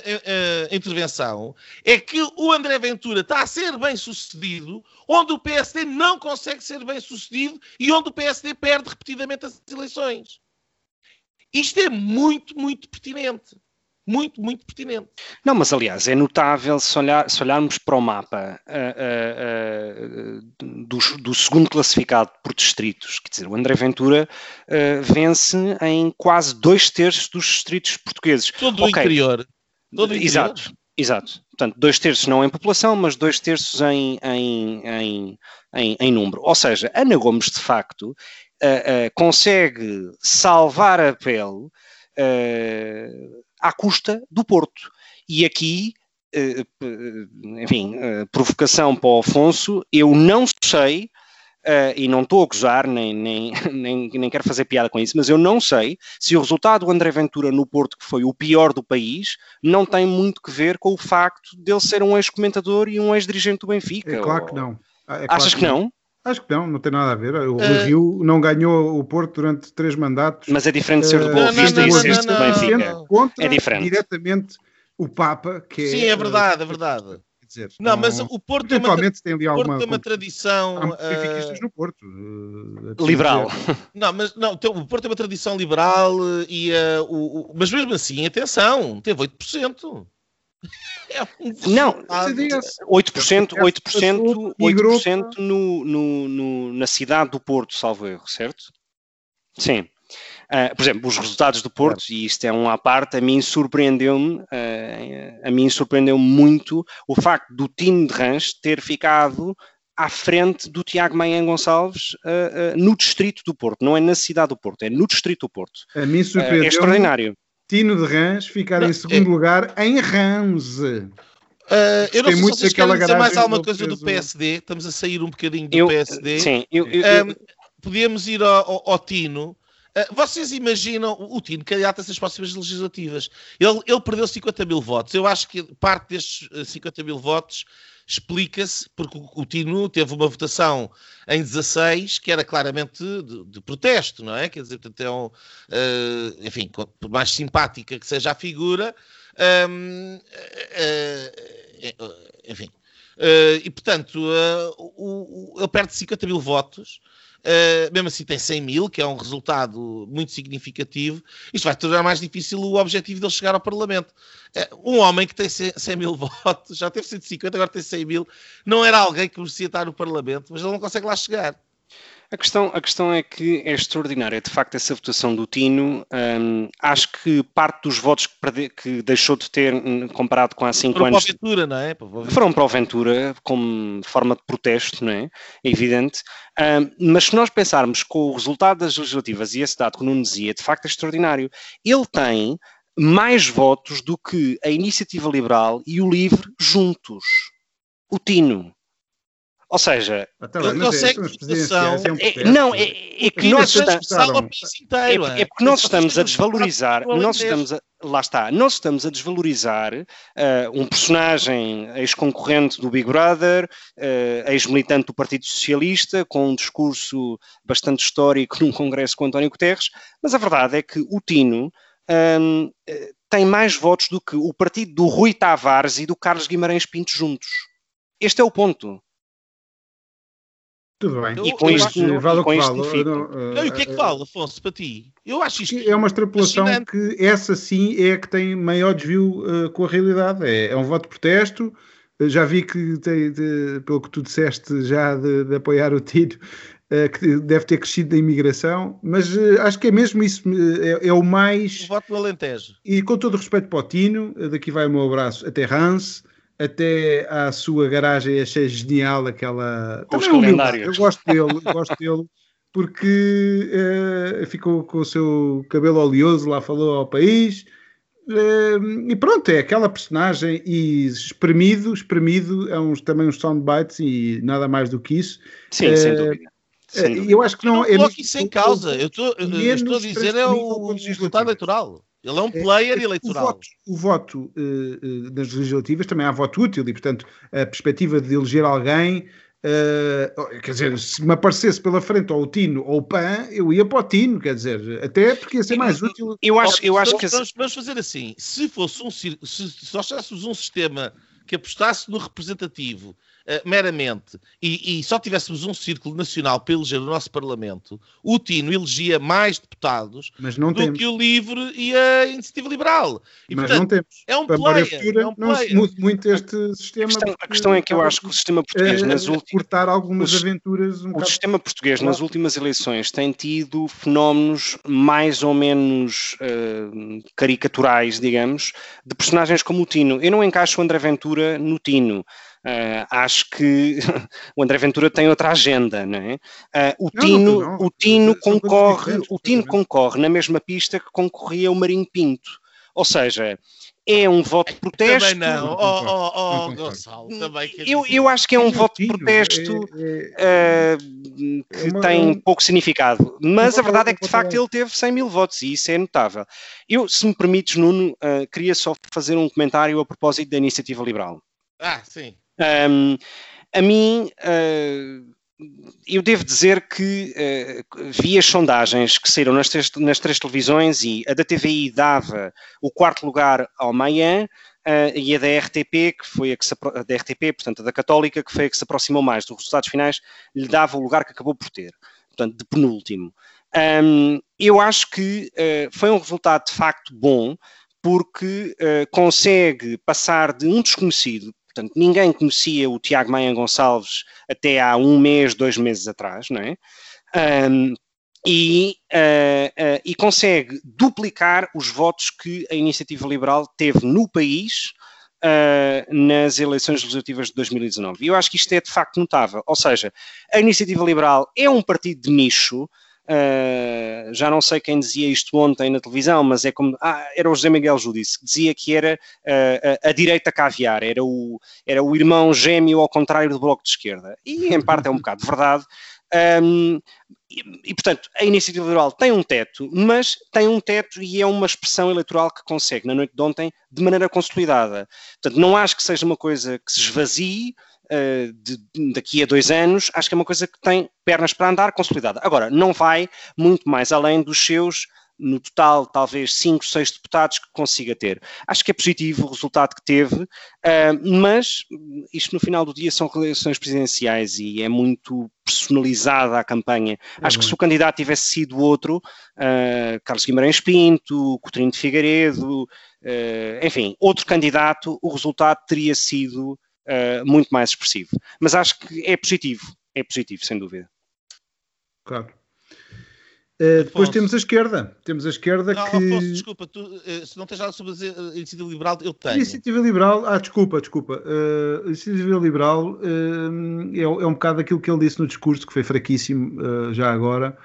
uh, intervenção é que o André Ventura está a ser bem sucedido onde o P S D não consegue ser bem sucedido e onde o P S D perde repetidamente as eleições. Isto é muito, muito pertinente. Muito, muito pertinente. Não, mas aliás, é notável se, olhar, se olharmos para o mapa uh, uh, uh, do, do segundo classificado por distritos, quer dizer, o André Ventura uh, vence em quase dois terços dos distritos portugueses. Todo o okay. interior. Todo o interior. Exato, exato. Portanto, dois terços não em população, mas dois terços em, em, em, em, em número. Ou seja, Ana Gomes, de facto, uh, uh, consegue salvar a pele uh, à custa do Porto. E aqui, enfim, provocação para o Afonso, eu não sei, e não estou a gozar, nem, nem, nem, nem quero fazer piada com isso, mas eu não sei se o resultado do André Ventura no Porto, que foi o pior do país, não tem muito que ver com o facto dele ser um ex-comentador e um ex-dirigente do Benfica. É claro que não. É claro Achas que não? Acho que não, não tem nada a ver. O uh, Rio não ganhou o Porto durante três mandatos. Mas é diferente de ser do Boa Vista e ser do Benfica. Contra é diferente. Diretamente o Papa, que é... Sim, é verdade, é verdade. Quer dizer, não, não, mas o Porto tem uma, tem ali alguma, Porto tem uma tradição... Há benfiquistas uh, no Porto. Uh, liberal. Não, mas não, tem, o Porto tem uma tradição liberal, e, uh, o, o, mas mesmo assim, atenção, teve oito por cento. É um não, oito por cento, oito por cento, oito por cento no, no, no, na cidade do Porto, salvo erro, certo? Sim. Uh, por exemplo, os resultados do Porto, e isto é um à parte, a mim surpreendeu-me, uh, a mim surpreendeu muito o facto do Tino de Ranch ter ficado à frente do Tiago Maia Gonçalves uh, uh, no distrito do Porto. Não é na cidade do Porto, é no distrito do Porto. A mim surpreendeu uh, é extraordinário. Tino de Rãs ficar não, em segundo é... lugar em Rãs. Uh, eu não sei se vocês querem dizer mais alguma coisa do P S D. Estamos a sair um bocadinho do eu, P S D. Sim, eu, eu, um, eu... Podíamos ir ao, ao, ao Tino. Uh, vocês imaginam o Tino candidata-se às próximas legislativas. Ele, ele perdeu cinquenta mil votos. Eu acho que parte destes cinquenta mil votos explica-se porque o, o Tino teve uma votação em dezasseis que era claramente de, de protesto, não é? Quer dizer, portanto, é um, uh, enfim, por mais simpática que seja a figura, um, uh, uh, enfim, uh, e portanto, uh, o, o, ele perde cinquenta mil votos. Uh, mesmo assim tem cem mil, que é um resultado muito significativo. Isto vai tornar mais difícil o objetivo dele chegar ao Parlamento. Uh, um homem que tem cem mil votos, já teve cento e cinquenta, agora tem cem mil, não era alguém que merecia estar no Parlamento, mas ele não consegue lá chegar. A questão, a questão é que é extraordinária, de facto, essa votação do Tino. Hum, acho que parte dos votos que, perde, que deixou de ter, comparado com há cinco anos... Foram para o Ventura, não é? Para foram para o Ventura, como forma de protesto, não é? É evidente. Hum, mas se nós pensarmos com o resultado das legislativas e esse dado que o Nuno dizia, de facto é extraordinário. Ele tem mais votos do que a Iniciativa Liberal e o Livre juntos. O Tino. Ou seja, ah, tá bem, mas é, votação, é um é, não, é, é que nós estamos, inteiro, é, é porque nós estamos a desvalorizar, nós estamos a, lá está, nós estamos a desvalorizar uh, um personagem ex-concorrente do Big Brother, uh, ex-militante do Partido Socialista, com um discurso bastante histórico num congresso com António Guterres, mas a verdade é que o Tino um, tem mais votos do que o partido do Rui Tavares e do Carlos Guimarães Pinto juntos. Este é o ponto. Tudo bem. E com isto, acho, vale o que vale. Não, uh, não, e o que é que vale, Afonso, para ti? Eu acho isto é uma extrapolação fascinante. Que essa sim é a que tem maior desvio uh, com a realidade. É, é um voto de protesto. Uh, já vi que, tem, de, pelo que tu disseste já de, de apoiar o Tino, uh, que deve ter crescido da imigração, mas uh, acho que é mesmo isso, é, é o mais... O voto do Alentejo. E com todo o respeito para o Tino, daqui vai o meu abraço até Rance, até à sua garagem, achei genial aquela... Com os calendários. Eu gosto dele, eu gosto dele, porque uh, ficou com o seu cabelo oleoso, lá falou ao país, uh, e pronto, é aquela personagem, e espremido, espremido, é uns, também uns soundbites e nada mais do que isso. Sim, uh, sem dúvida. Sem uh, eu acho que eu não... não é coloco isso em causa, eu estou, eu estou a dizer é o resultado eleitoral. Ele é um player é, eleitoral. O voto, o voto uh, uh, das legislativas também há voto útil e, portanto, a perspectiva de eleger alguém, uh, quer dizer, se me aparecesse pela frente ou o Tino ou o P A N, eu ia para o Tino, quer dizer, até porque ia ser mais eu, útil. Eu acho, eu acho que... Vamos, vamos fazer assim, se fosse um... Se, se nós tivéssemos um sistema que apostasse no representativo uh, meramente e, e só tivéssemos um círculo nacional para eleger o nosso Parlamento, o Tino elegia mais deputados mas não do temos. que o Livre e a Iniciativa Liberal. E, mas portanto, não temos. É um para player. Futura, É um não player. se muda muito este sistema. A questão, a questão é que eu acho que o sistema português uh, nas últimas... cortar algumas os, aventuras... Um o sistema português nas últimas eleições tem tido fenómenos mais ou menos uh, caricaturais, digamos, de personagens como o Tino. Eu não encaixo o André Ventura no Tino. Uh, acho que o André Ventura tem outra agenda, não é? Uh, o, não, Tino, não, não. o Tino concorre, o Tino concorre na mesma pista que concorria o Marinho Pinto. Ou seja, é um voto de protesto. Também não, oh, oh, oh, Gonçalo, também quer eu, dizer. eu acho que é um voto de protesto é, é, uh, que uma, tem um, pouco significado. Mas a verdade é que, de facto, ele teve cem mil votos e isso é notável. Eu, se me permites, Nuno, uh, queria só fazer um comentário a propósito da Iniciativa Liberal. Ah, sim. Um, a mim, uh, eu devo dizer que uh, vi as sondagens que saíram nas três, nas três televisões e a da T V I dava o quarto lugar ao Maia uh, e a da R T P, que foi a que se, a da R T P, portanto a da Católica, que foi a que se aproximou mais dos resultados finais, lhe dava o lugar que acabou por ter, portanto de penúltimo. Um, eu acho que uh, foi um resultado de facto bom, porque uh, consegue passar de um desconhecido. Portanto, ninguém conhecia o Tiago Maia Gonçalves até há um mês, dois meses atrás, não é? Um, e, uh, uh, e consegue duplicar os votos que a Iniciativa Liberal teve no país uh, nas eleições legislativas de dois mil e dezanove. E eu acho que isto é de facto notável. Ou seja, a Iniciativa Liberal é um partido de nicho. Uh, já não sei quem dizia isto ontem na televisão, mas é como, ah, era o José Miguel Judice, que dizia que era uh, a, a direita caviar, era o, era o irmão gêmeo ao contrário do Bloco de Esquerda, e em parte é um bocado verdade. Um, e, e portanto a Iniciativa Liberal tem um teto, mas tem um teto e é uma expressão eleitoral que consegue na noite de ontem de maneira consolidada. Portanto, não acho que seja uma coisa que se esvazie Uh, de, daqui a dois anos. Acho que é uma coisa que tem pernas para andar, consolidada. Agora, não vai muito mais além dos seus, no total, talvez cinco, seis deputados que consiga ter. Acho que é positivo o resultado que teve, uh, mas isto no final do dia são eleições presidenciais e é muito personalizada a campanha. É Acho bom. que se o candidato tivesse sido outro, uh, Carlos Guimarães Pinto, Coutinho de Figueiredo, uh, enfim, outro candidato, o resultado teria sido Uh, muito mais expressivo. Mas acho que é positivo, é positivo, sem dúvida. Claro. Uh, depois temos a esquerda. Temos a esquerda não, que... Afonso, desculpa, tu, uh, se não tens nada sobre a Iniciativa Liberal, eu tenho. A Iniciativa Liberal, ah, desculpa, desculpa. Uh, a Iniciativa Liberal uh, é, é um bocado aquilo que ele disse no discurso, que foi fraquíssimo uh, já agora.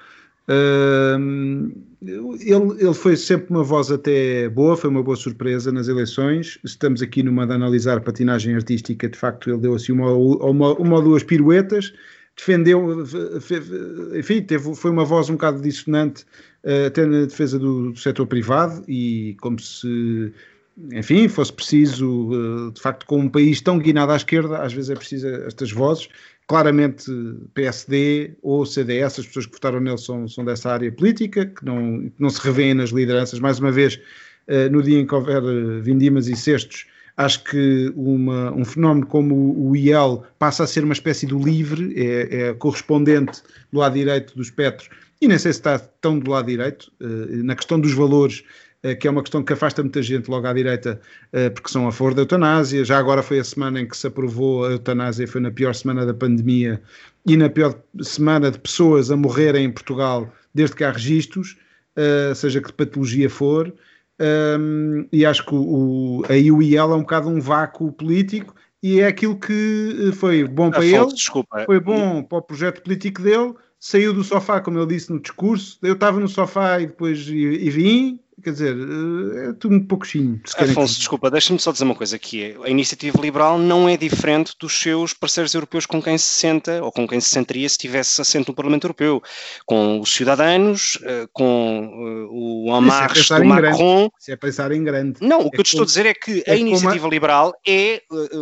Uh, ele, ele foi sempre uma voz até boa, foi uma boa surpresa nas eleições. Estamos aqui numa de analisar patinagem artística, de facto ele deu assim uma, uma, uma ou duas piruetas, defendeu, enfim, teve, foi uma voz um bocado dissonante uh, até na defesa do, do setor privado, e como se, enfim, fosse preciso, uh, de facto, com um país tão guinado à esquerda, às vezes é preciso estas vozes. Claramente P S D ou C D S, as pessoas que votaram nele são, são dessa área política, que não, que não se revêem nas lideranças. Mais uma vez, uh, no dia em que houver uh, vindimas e cestos, acho que uma, um fenómeno como o, o I L passa a ser uma espécie do LIVRE, é, é correspondente do lado direito do espectro, e nem sei se está tão do lado direito, uh, na questão dos valores, que é uma questão que afasta muita gente logo à direita, porque são a favor da eutanásia. Já agora foi a semana em que se aprovou a eutanásia, foi na pior semana da pandemia e na pior semana de pessoas a morrerem em Portugal desde que há registros, seja que patologia for, e acho que o, aí o I L é um bocado um vácuo político, e é aquilo que foi bom para ele, desculpa. Foi bom para o projeto político dele, saiu do sofá, como ele disse no discurso. Eu estava no sofá e depois e, e vim. Quer dizer, é tudo um pouquinho. Afonso, que... desculpa, deixa-me só dizer uma coisa, que é, a Iniciativa Liberal não é diferente dos seus parceiros europeus com quem se senta, ou com quem se sentaria se tivesse assento no Parlamento Europeu, com os Ciudadanos, com o Amarres é do Macron. Isso é pensar em grande. Não, o que é eu te estou a dizer é que é a Iniciativa uma... Liberal é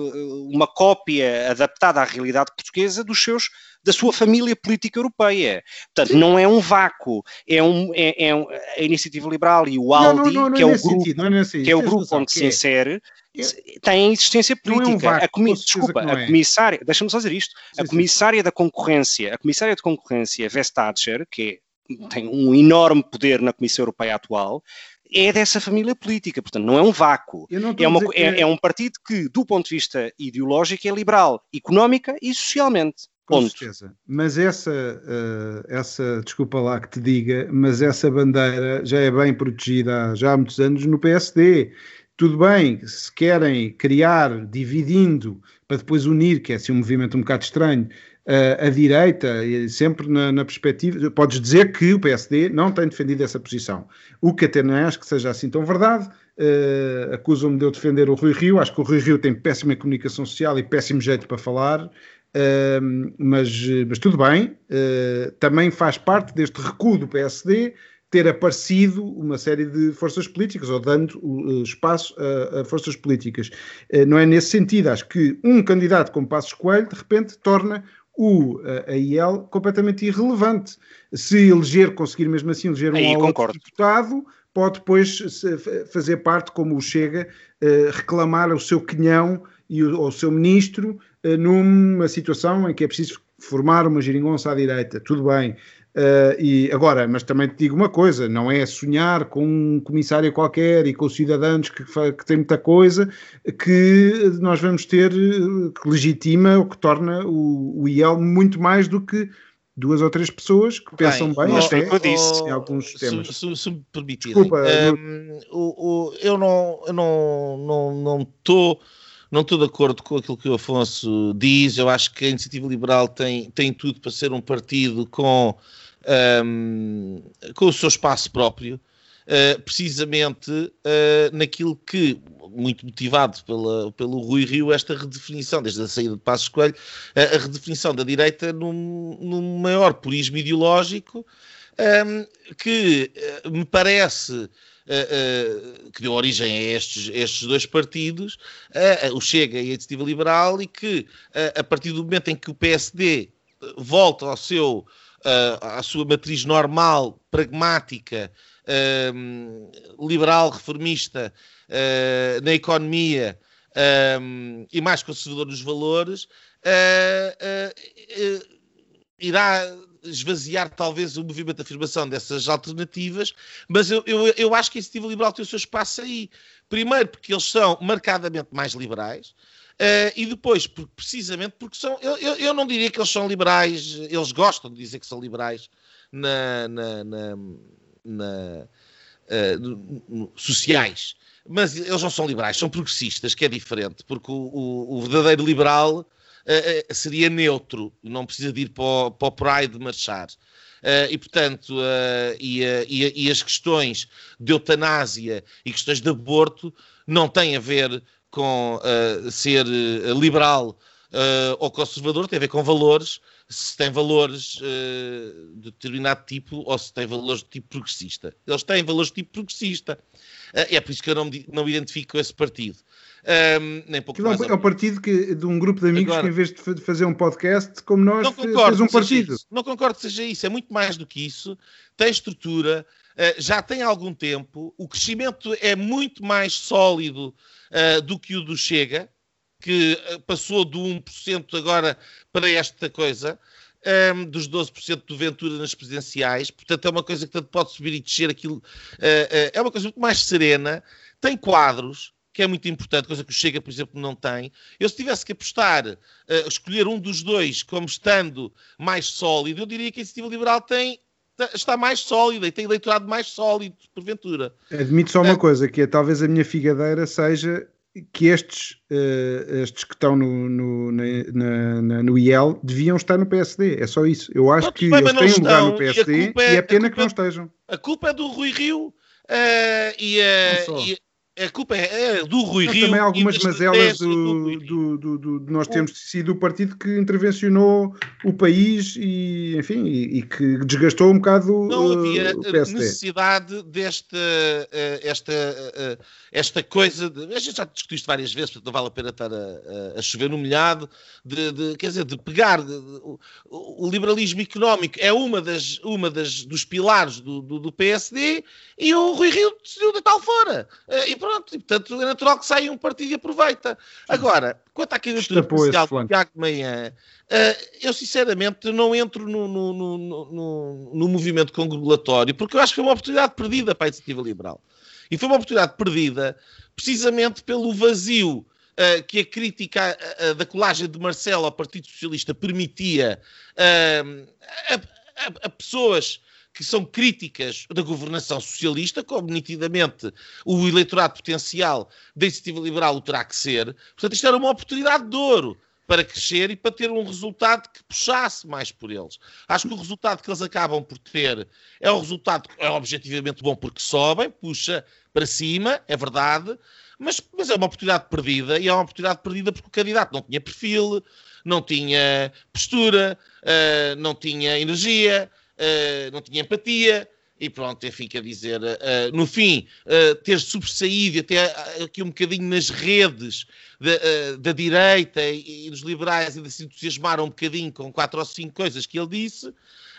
uma cópia adaptada à realidade portuguesa dos seus da sua família política europeia. Portanto, Sim. não é um vácuo, é, um, é, é um, a Iniciativa Liberal e o Aldi, não, não, não, não que, é é grupo, sentido, é nesse, que é o grupo onde se insere, é. tem existência política. É um vácuo, a comi- desculpa, a é. comissária, deixa-me só dizer isto, sim, a comissária sim. da concorrência, a comissária de concorrência Vestager, que é, tem um enorme poder na Comissão Europeia atual, é dessa família política, portanto não é um vácuo, é, uma, é, é... é um partido que, do ponto de vista ideológico, é liberal, económica e socialmente. Com Ponto. certeza. Mas essa, uh, essa, desculpa lá que te diga, mas essa bandeira já é bem protegida há, já há muitos anos no P S D. Tudo bem, se querem criar, dividindo, para depois unir, que é assim um movimento um bocado estranho, uh, a direita, e sempre na, na perspectiva, podes dizer que o P S D não tem defendido essa posição. O que até não acho que seja assim tão verdade. Uh, acusam-me de eu defender o Rui Rio. Acho que o Rui Rio tem péssima comunicação social e péssimo jeito para falar. Uh, mas, mas tudo bem, uh, também faz parte deste recuo do P S D ter aparecido uma série de forças políticas, ou dando uh, espaço a, a forças políticas. Uh, não é nesse sentido. Acho que um candidato como Passos Coelho, de repente, torna o, a I L completamente irrelevante. Se eleger, conseguir mesmo assim eleger um ou outro deputado, pode depois fazer parte, como o Chega, uh, reclamar o seu quinhão e o, ou o seu ministro uh, numa situação em que é preciso formar uma geringonça à direita. Tudo bem. Uh, e agora, mas também te digo uma coisa, não é sonhar com um comissário qualquer e com os cidadãos que, que tem muita coisa que nós vamos ter, que legitima ou que torna o, o I L muito mais do que duas ou três pessoas que bem, pensam bem, mas foi o que eu disse em alguns temas. Se, se, se me permitirem, Desculpa, um, o, o, eu não eu não não não estou não estou de acordo com aquilo que o Afonso diz. Eu acho que a Iniciativa Liberal tem, tem tudo para ser um partido com, um, com o seu espaço próprio, uh, precisamente uh, naquilo que, muito motivado pela, pelo Rui Rio, esta redefinição, desde a saída de Passos Coelho, uh, a redefinição da direita num, num maior purismo ideológico, um, que uh, me parece... Uh, uh, que deu origem a estes, estes dois partidos, uh, uh, o Chega e a Iniciativa Liberal, e que uh, a partir do momento em que o P S D volta ao seu, uh, à sua matriz normal, pragmática, uh, liberal, reformista, uh, na economia uh, e mais conservador nos valores, uh, uh, uh, irá esvaziar talvez o movimento de afirmação dessas alternativas, mas eu, eu, eu acho que a Iniciativa Liberal tem o seu espaço aí. Primeiro porque eles são marcadamente mais liberais, uh, e depois porque, precisamente porque são... Eu, eu, eu não diria que eles são liberais, eles gostam de dizer que são liberais na... na, na, na uh, no, no, sociais, mas eles não são liberais, são progressistas, que é diferente, porque o, o, o verdadeiro liberal Uh, seria neutro, não precisa de ir para o, para o Pride marchar. Uh, e, portanto, uh, e, uh, e, e as questões de eutanásia e questões de aborto não têm a ver com uh, ser uh, liberal uh, ou conservador, tem a ver com valores, se tem valores uh, de determinado tipo ou se tem valores de tipo progressista. Eles têm valores de tipo progressista. Uh, é por isso que eu não me, não me identifico com esse partido. Um, nem pouco mais é o partido que, de um grupo de amigos Agora, que, em vez de fazer um podcast como nós, não concordo fez um partido. Isso. Não concordo que seja isso. É muito mais do que isso. Tem estrutura, uh, já tem algum tempo. O crescimento é muito mais sólido uh, do que o do Chega, que uh, passou do um por cento agora para esta coisa, um, dos doze por cento do Ventura nas presidenciais. Portanto, é uma coisa que tanto pode subir e descer. Aquilo, uh, uh, é uma coisa muito mais serena. Tem quadros, que é muito importante, coisa que o Chega, por exemplo, não tem. Eu, se tivesse que apostar, uh, escolher um dos dois como estando mais sólido, eu diria que a Iniciativa Liberal tem, está mais sólida e tem eleitorado mais sólido, porventura. Admito só uma uh, coisa, que é talvez a minha figadeira seja que estes, uh, estes que estão no, no, na, na, no I L deviam estar no P S D. É só isso. Eu acho que bem, eles têm estão, lugar no P S D e, é, e é pena que não é, estejam. A culpa é do Rui Rio uh, e... Uh, A culpa é, é do Rui Não, Rio. Também há algumas mazelas do, do, do, do, do nós temos sido o partido que intervencionou o país e, enfim, e, e que desgastou um bocado não havia uh, o P S D. Necessidade desta uh, esta, uh, esta coisa, de, a gente já discutiu isto várias vezes, portanto não vale a pena estar a, a chover no molhado, de, de, quer dizer, de pegar de, de, o, o liberalismo económico é uma das, uma das dos pilares do, do, do P S D e o Rui Rio decidiu deitar fora. Uh, e pronto, e, portanto é natural que saia um partido e aproveita. Agora, quanto à candidatura presidencial do Tiago de Manhã, uh, eu sinceramente não entro no, no, no, no, no movimento congratulatório, porque eu acho que foi uma oportunidade perdida para a Iniciativa Liberal. E foi uma oportunidade perdida precisamente pelo vazio uh, que a crítica uh, da colagem de Marcelo ao Partido Socialista permitia uh, a, a, a pessoas que são críticas da governação socialista, como nitidamente o eleitorado potencial da Iniciativa Liberal o terá que ser. Portanto, isto era uma oportunidade de ouro para crescer e para ter um resultado que puxasse mais por eles. Acho que o resultado que eles acabam por ter é um resultado que é objetivamente bom porque sobem, puxa para cima, é verdade, mas, mas é uma oportunidade perdida, e é uma oportunidade perdida porque o candidato não tinha perfil, não tinha postura, uh, não tinha energia, Uh, não tinha empatia e pronto, enfim, quer dizer, uh, no fim, uh, ter sobressaído até aqui um bocadinho nas redes da, uh, da direita e, e dos liberais ainda se entusiasmaram um bocadinho com quatro ou cinco coisas que ele disse, uh,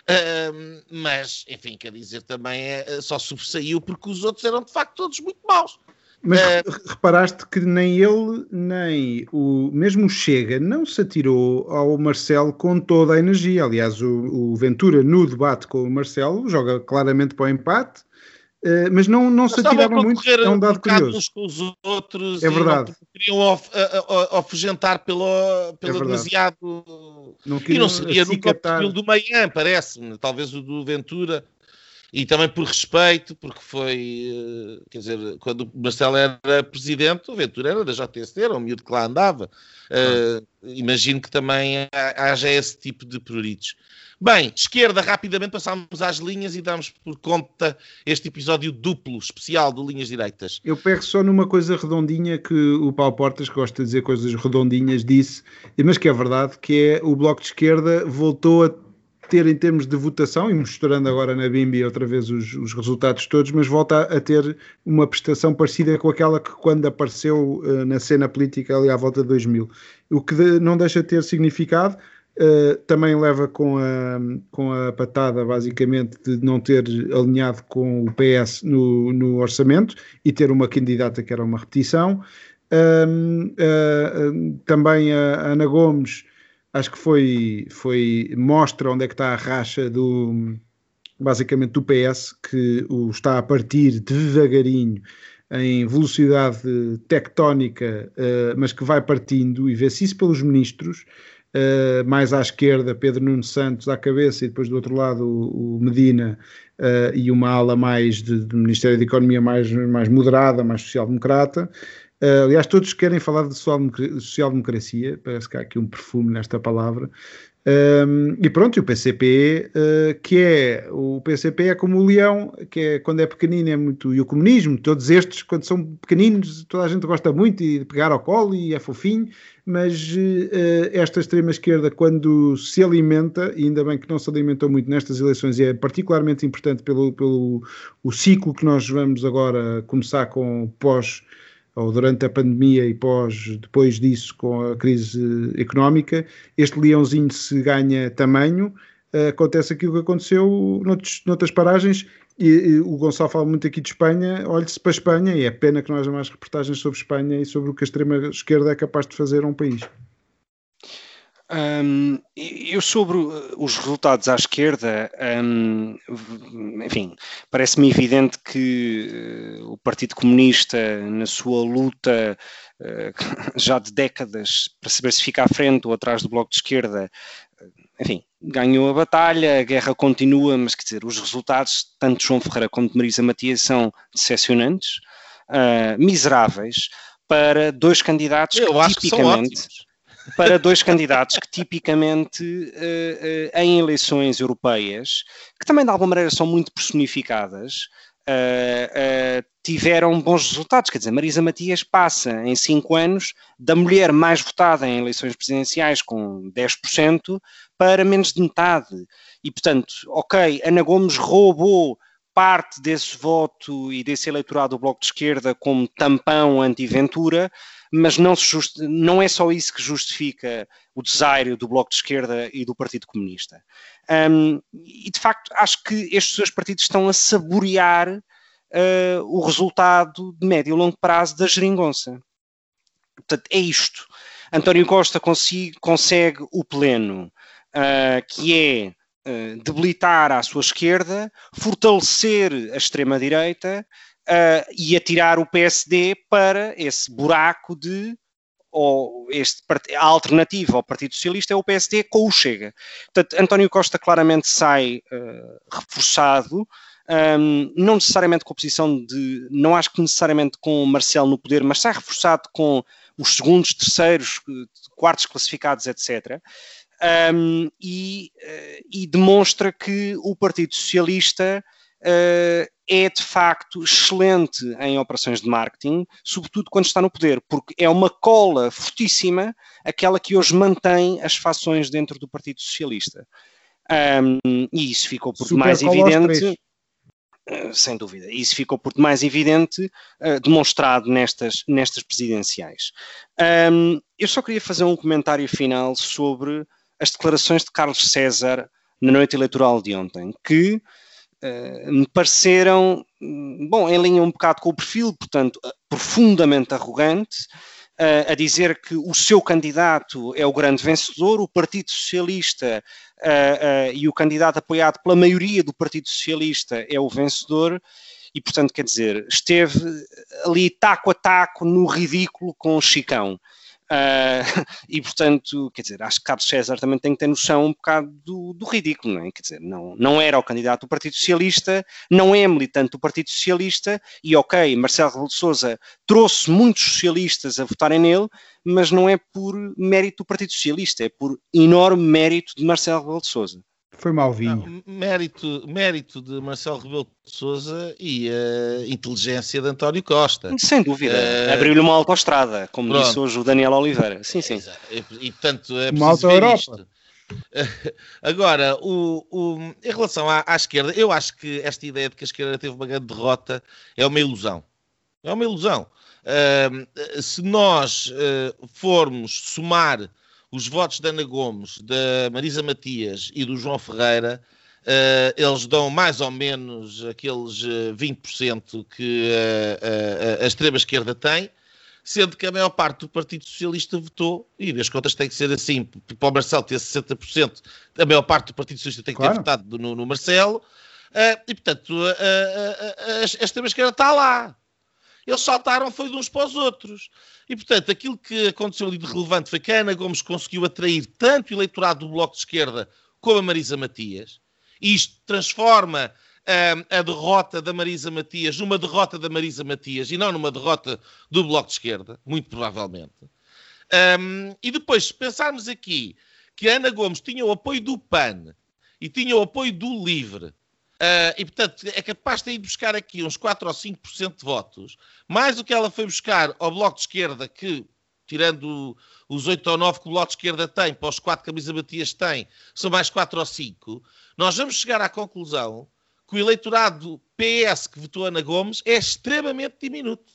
mas, enfim, quer dizer, também é, só sobressaiu porque os outros eram de facto todos muito maus. Mas uh, reparaste que nem ele, nem o mesmo o Chega não se atirou ao Marcelo com toda a energia. Aliás, o, o Ventura, no debate com o Marcelo, joga claramente para o empate, uh, mas não, não se atiraram muito. É um dado curioso. Uns com os outros, é verdade. Não queriam of, afugentar pelo, pelo é demasiado... Não e não seria nunca o perfil do Manhã, parece-me. Talvez o do Ventura... E também por respeito, porque foi, quer dizer, quando o Marcelo era presidente, o Ventura era da J T C, era um miúdo que lá andava. Uh, imagino que também haja esse tipo de prioritos. Bem, esquerda, rapidamente passamos às linhas e damos por conta este episódio duplo, especial de Linhas Direitas. Eu pego só numa coisa redondinha que o Paulo Portas, que gosta de dizer coisas redondinhas, disse, mas que é verdade, que é o Bloco de Esquerda voltou a ter em termos de votação, e misturando agora na Bimbi outra vez os, os resultados todos, mas volta a, a ter uma prestação parecida com aquela que quando apareceu uh, na cena política ali à volta de dois mil. O que de, não deixa de ter significado, uh, também leva com a, com a patada basicamente de não ter alinhado com o P S no, no orçamento e ter uma candidata que era uma repetição. Um, uh, uh, também a Ana Gomes acho que foi, foi mostra onde é que está a racha do, basicamente do P S, que o está a partir devagarinho em velocidade tectónica, uh, mas que vai partindo, e vê-se isso pelos ministros, uh, mais à esquerda, Pedro Nuno Santos à cabeça, e depois do outro lado o, o Medina, uh, e uma ala mais de, do Ministério da Economia mais, mais moderada, mais social-democrata. Uh, aliás, todos querem falar de social-democracia, parece que há aqui um perfume nesta palavra. Um, e pronto, e o P C P, uh, que é, o P C P é como o leão, que é, quando é pequenino é muito, e o comunismo, todos estes, quando são pequeninos, toda a gente gosta muito de pegar ao colo e é fofinho, mas uh, esta extrema-esquerda, quando se alimenta, e ainda bem que não se alimentou muito nestas eleições, e é particularmente importante pelo, pelo o ciclo que nós vamos agora começar com pós- ou durante a pandemia e pós, depois disso, com a crise económica, este leãozinho se ganha tamanho, uh, acontece aquilo que aconteceu noutros, noutras paragens, e, e o Gonçalo fala muito aqui de Espanha, olhe-se para a Espanha, e é pena que não haja mais reportagens sobre Espanha e sobre o que a extrema-esquerda é capaz de fazer a um país. Um, eu sobre os resultados à esquerda, um, enfim, parece-me evidente que uh, o Partido Comunista, na sua luta uh, já de décadas para saber se fica à frente ou atrás do Bloco de Esquerda, uh, enfim, ganhou a batalha, a guerra continua, mas quer dizer, os resultados, tanto de João Ferreira como de Marisa Matias, são decepcionantes, uh, miseráveis, para dois candidatos eu que acho tipicamente... que são ótimos. para dois candidatos que tipicamente uh, uh, em eleições europeias, que também de alguma maneira são muito personificadas, uh, uh, tiveram bons resultados. Quer dizer, Marisa Matias passa em cinco anos da mulher mais votada em eleições presidenciais com dez por cento para menos de metade. E portanto, ok, Ana Gomes roubou parte desse voto e desse eleitorado do Bloco de Esquerda como tampão anti-Ventura, mas não, se just... não é só isso que justifica o desaire do Bloco de Esquerda e do Partido Comunista. Um, e, de facto, acho que estes dois partidos estão a saborear uh, o resultado de médio e longo prazo da geringonça. Portanto, é isto. António Costa consigo, consegue o pleno, uh, que é uh, debilitar à sua esquerda, fortalecer a extrema-direita, Uh, e atirar o P S D para esse buraco de, ou este, a alternativa ao Partido Socialista é o P S D com o Chega. Portanto, António Costa claramente sai uh, reforçado, um, não necessariamente com a posição de, não acho que necessariamente com o Marcelo no poder, mas sai reforçado com os segundos, terceiros, quartos classificados, etcétera. Um, e, uh, e demonstra que o Partido Socialista Uh, é de facto excelente em operações de marketing, sobretudo quando está no poder, porque é uma cola fortíssima aquela que hoje mantém as fações dentro do Partido Socialista. Um, e isso ficou por demais evidente, uh, sem dúvida, isso ficou por demais evidente, uh, demonstrado nestas, nestas presidenciais. Um, eu só queria fazer um comentário final sobre as declarações de Carlos César na noite eleitoral de ontem, que Uh, me pareceram, bom, em linha um bocado com o perfil, portanto, uh, profundamente arrogante, uh, a dizer que o seu candidato é o grande vencedor, o Partido Socialista uh, uh, e o candidato apoiado pela maioria do Partido Socialista é o vencedor, e, portanto, quer dizer, esteve ali taco a taco no ridículo com o Chicão. Uh, e, portanto, quer dizer, acho que Carlos César também tem que ter noção um bocado do, do ridículo, não é? Quer dizer, não, não era o candidato do Partido Socialista, não é militante do Partido Socialista, e ok, Marcelo Rebelo de Sousa trouxe muitos socialistas a votarem nele, mas não é por mérito do Partido Socialista, é por enorme mérito de Marcelo Rebelo de Sousa. Foi malvinho. Não, mérito, mérito de Marcelo Rebelo de Sousa e a inteligência de António Costa. Sem dúvida. Uh, Abriu-lhe uma autoestrada, como pronto. Disse hoje o Daniel Oliveira. Sim, sim. E, e portanto, é uma preciso ver Europa. Isto. Agora, o, o, em relação à, à esquerda, eu acho que esta ideia de que a esquerda teve uma grande derrota é uma ilusão. É uma ilusão. Uh, se nós uh, formos somar os votos da Ana Gomes, da Marisa Matias e do João Ferreira, uh, eles dão mais ou menos aqueles uh, vinte por cento que uh, uh, a extrema-esquerda tem, sendo que a maior parte do Partido Socialista votou, e as contas têm que ser assim, para o Marcelo ter sessenta por cento, a maior parte do Partido Socialista tem que claro. ter votado no, no Marcelo, uh, e portanto a, a, a, a extrema-esquerda está lá. Eles saltaram foi de uns para os outros. E, portanto, aquilo que aconteceu ali de relevante foi que a Ana Gomes conseguiu atrair tanto o eleitorado do Bloco de Esquerda como a Marisa Matias. E isto transforma um, a derrota da Marisa Matias numa derrota da Marisa Matias e não numa derrota do Bloco de Esquerda, muito provavelmente. Um, e depois, se pensarmos aqui que a Ana Gomes tinha o apoio do P A N e tinha o apoio do LIVRE, Uh, e, portanto, é capaz de ir buscar aqui uns quatro ou cinco por cento de votos, mais do que ela foi buscar ao Bloco de Esquerda, que, tirando os oito ou nove que o Bloco de Esquerda tem, para os quatro que a Marisa Matias tem, são mais quatro ou cinco, nós vamos chegar à conclusão que o eleitorado P S que votou Ana Gomes é extremamente diminuto.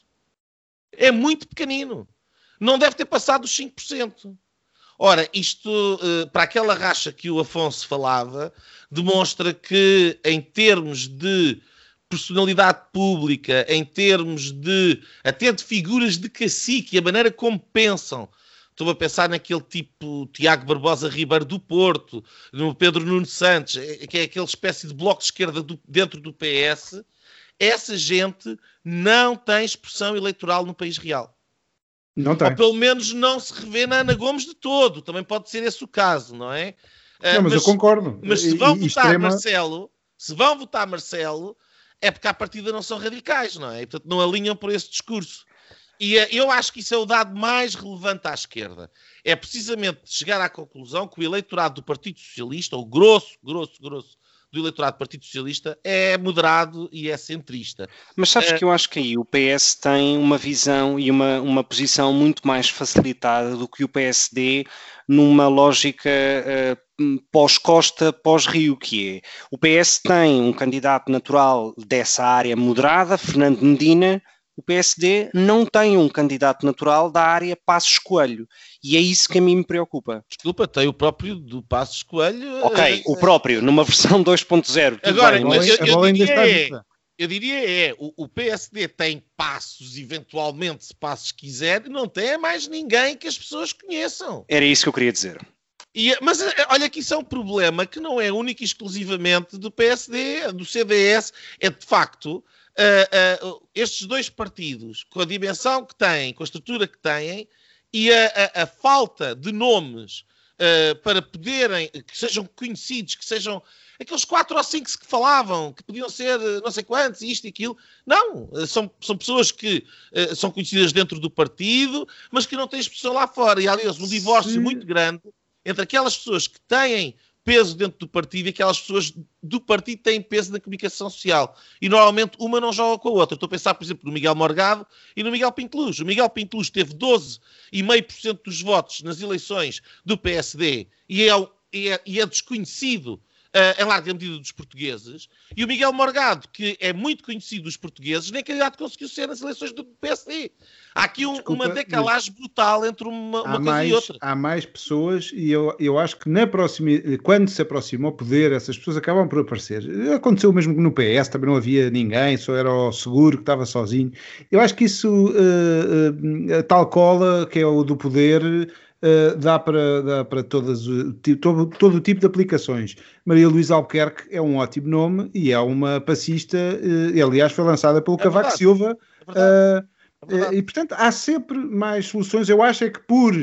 É muito pequenino. Não deve ter passado os cinco por cento. Ora, isto, para aquela racha que o Afonso falava, demonstra que, em termos de personalidade pública, em termos de, até de figuras de cacique, a maneira como pensam, estou a pensar naquele tipo Tiago Barbosa Ribeiro do Porto, no Pedro Nuno Santos, que é aquela espécie de bloco de esquerda do, dentro do P S, essa gente não tem expressão eleitoral no país real. Não tem. Ou pelo menos não se revê na Ana Gomes de todo. Também pode ser esse o caso, não é? Não, mas, mas eu concordo. Mas se vão e, votar extrema... Marcelo, se vão votar Marcelo, é porque à partida não são radicais, não é? E, portanto, não alinham por esse discurso. E eu acho que isso é o dado mais relevante à esquerda. É precisamente chegar à conclusão que o eleitorado do Partido Socialista, o grosso, grosso, grosso, do eleitorado do Partido Socialista é moderado e é centrista. Mas sabes é... que eu acho que aí o P S tem uma visão e uma, uma posição muito mais facilitada do que o P S D numa lógica uh, pós-Costa, pós-Rio, que é. O P S tem um candidato natural dessa área moderada, Fernando Medina. O P S D não tem um candidato natural da área Passos Coelho. E é isso que a mim me preocupa. Desculpa, tem o próprio do Passos Coelho. Ok, é... o próprio, numa versão dois ponto zero. Agora, bem, mas eu, eu, eu, diria é, eu diria é, o, o P S D tem Passos, eventualmente, se Passos quiser, não tem mais ninguém que as pessoas conheçam. Era isso que eu queria dizer. E, mas olha que isso é um problema que não é único e exclusivamente do P S D, do C D S, é de facto... Uh, uh, estes dois partidos, com a dimensão que têm, com a estrutura que têm, e a, a, a falta de nomes uh, para poderem, que sejam conhecidos, que sejam aqueles quatro ou cinco que falavam, que podiam ser não sei quantos, isto e aquilo. Não, são, são pessoas que uh, são conhecidas dentro do partido, mas que não têm expressão lá fora. E, aliás, um divórcio Sim. muito grande entre aquelas pessoas que têm peso dentro do partido e aquelas pessoas do partido têm peso na comunicação social. E normalmente uma não joga com a outra. Estou a pensar, por exemplo, no Miguel Morgado e no Miguel Pinteluz. O Miguel Pinteluz teve doze vírgula cinco por cento dos votos nas eleições do P S D e é, e é, e é desconhecido uh, em larga medida dos portugueses. E o Miguel Morgado, que é muito conhecido dos portugueses, nem candidato conseguiu ser nas eleições do P S D. Há aqui um, Desculpa, uma decalagem brutal entre uma, uma coisa mais, e outra. Há mais pessoas e eu, eu acho que na próxima, quando se aproxima ao poder, essas pessoas acabam por aparecer. Aconteceu mesmo no P S, também não havia ninguém, só era o Seguro que estava sozinho. Eu acho que isso, uh, uh, a tal cola que é o do poder, uh, dá para, dá para todas, todo, todo o tipo de aplicações. Maria Luísa Albuquerque é um ótimo nome e é uma passista, uh, aliás foi lançada pelo é Cavaco verdade. Silva, é É e, portanto, há sempre mais soluções. Eu acho é que por,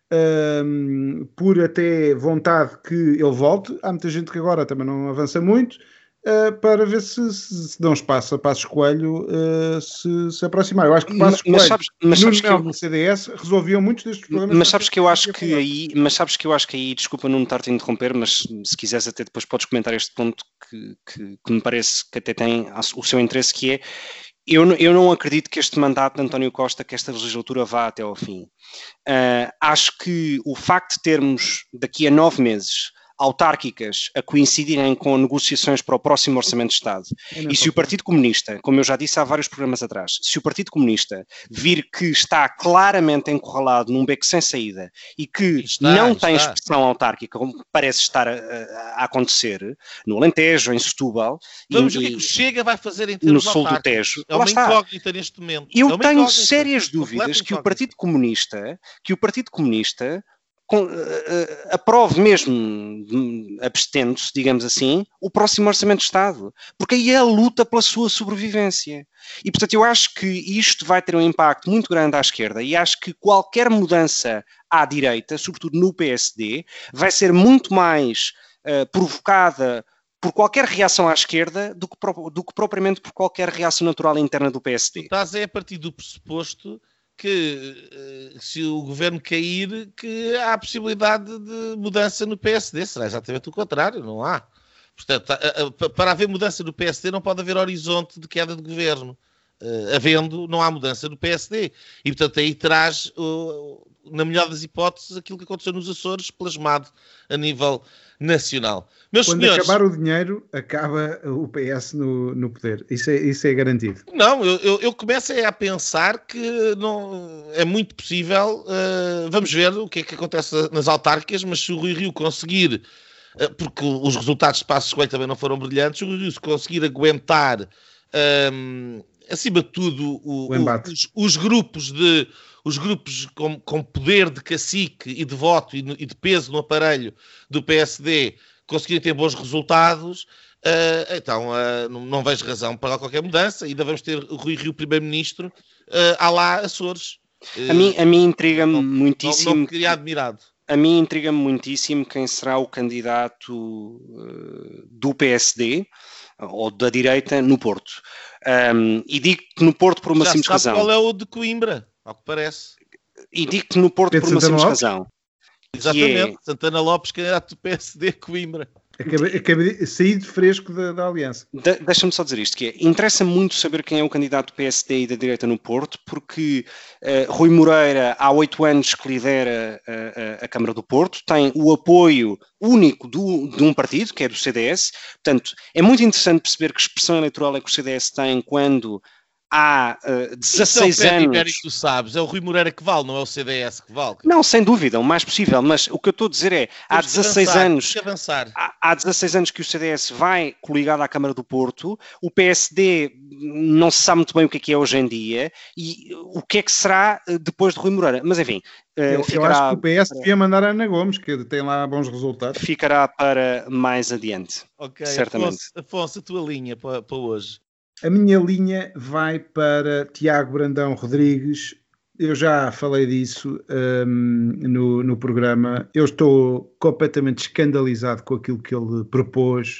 um, por até vontade que ele volte, há muita gente que agora também não avança muito, uh, para ver se, se, se dão espaço a Passos Coelho uh, se, se aproximar. Eu acho que Passos Coelho sabes, mas e sabes Nuno Melo eu... no C D S resolviam muitos destes problemas. Mas sabes que eu acho que aí, mas sabes que eu acho que aí, desculpa não estar-te a interromper, mas se quiseres até depois podes comentar este ponto que, que, que me parece que até tem o seu interesse, que é Eu, eu não acredito que este mandato de António Costa, que esta legislatura vá até ao fim. Uh, acho que o facto de termos daqui a nove meses autárquicas a coincidirem com negociações para o próximo Orçamento de Estado, e se o Partido Comunista, como eu já disse há vários programas atrás, se o Partido Comunista vir que está claramente encurralado num beco sem saída e que está, não tem está. expressão autárquica, como parece estar a, a acontecer no Alentejo, em Setúbal, vamos e, ver o que é que o Chega vai fazer em termos no sul do Tejo. É uma incógnita neste momento. Eu é tenho sérias dúvidas que o Partido Comunista, que o Partido Comunista Com, uh, uh, aprove mesmo, um, abstendo-se, digamos assim, o próximo Orçamento de Estado, porque aí é a luta pela sua sobrevivência. E, portanto, eu acho que isto vai ter um impacto muito grande à esquerda e acho que qualquer mudança à direita, sobretudo no P S D, vai ser muito mais uh, provocada por qualquer reação à esquerda do que, pro, do que propriamente por qualquer reação natural interna do P S D. Tu estás é a partir do pressuposto que se o governo cair, que há a possibilidade de mudança no P S D. Será exatamente o contrário, não há. Portanto, para haver mudança no P S D não pode haver horizonte de queda de governo. Havendo, não há mudança no P S D. E, portanto, aí traz, na melhor das hipóteses, aquilo que aconteceu nos Açores, plasmado a nível nacional. Meus Quando senhores, acabar o dinheiro, acaba o P S no, no poder. Isso é, isso é garantido. Não, eu, eu, eu começo a pensar que não, é muito possível. Uh, vamos ver o que é que acontece nas autárquicas, mas se o Rui Rio conseguir, uh, porque os resultados de Passos Coelho também não foram brilhantes, se o Rui Rio se conseguir aguentar, um, acima de tudo, o, o, os, os grupos de... os grupos com, com poder de cacique e de voto e, e de peso no aparelho do P S D conseguirem ter bons resultados, uh, então uh, não, não vejo razão para qualquer mudança. Ainda vamos ter o Rui Rio primeiro-ministro uh, à lá Açores. Uh, a mim, a mim intriga-me muitíssimo... Não, não queria admirado. A mim intriga-me muitíssimo quem será o candidato uh, do P S D ou da direita no Porto. Um, e digo-te no Porto por uma Já simples sabe razão. Qual é o de Coimbra, ao que parece. E digo-te no Porto Pedro por uma Santana simples Lopes? razão. Exatamente, é... Santana Lopes, candidato do P S D Coimbra. Acabei, acabei de sair de fresco da, da aliança. De, deixa-me só dizer isto, que é, interessa muito saber quem é o candidato do P S D e da direita no Porto, porque uh, Rui Moreira, há oito anos que lidera uh, a Câmara do Porto, tem o apoio único do, de um partido, que é do C D S. Portanto, é muito interessante perceber que expressão eleitoral é que o C D S tem quando há uh, dezasseis então, anos... Ibérico, tu sabes, é o Rui Moreira que vale, não é o C D S que vale. Não, sem dúvida, o mais possível, mas o que eu estou a dizer é, há dezasseis anos, há, há dezasseis anos que o C D S vai coligado à Câmara do Porto, o P S D não se sabe muito bem o que é que é hoje em dia e o que é que será depois de Rui Moreira, mas enfim... Eu, eu acho que o P S devia mandar a Ana Gomes, que tem lá bons resultados. Ficará para mais adiante, ok, certamente. Afonso, Afonso, a tua linha para, para hoje. A minha linha vai para Tiago Brandão Rodrigues. Eu já falei disso um, no, no programa. Eu estou completamente escandalizado com aquilo que ele propôs,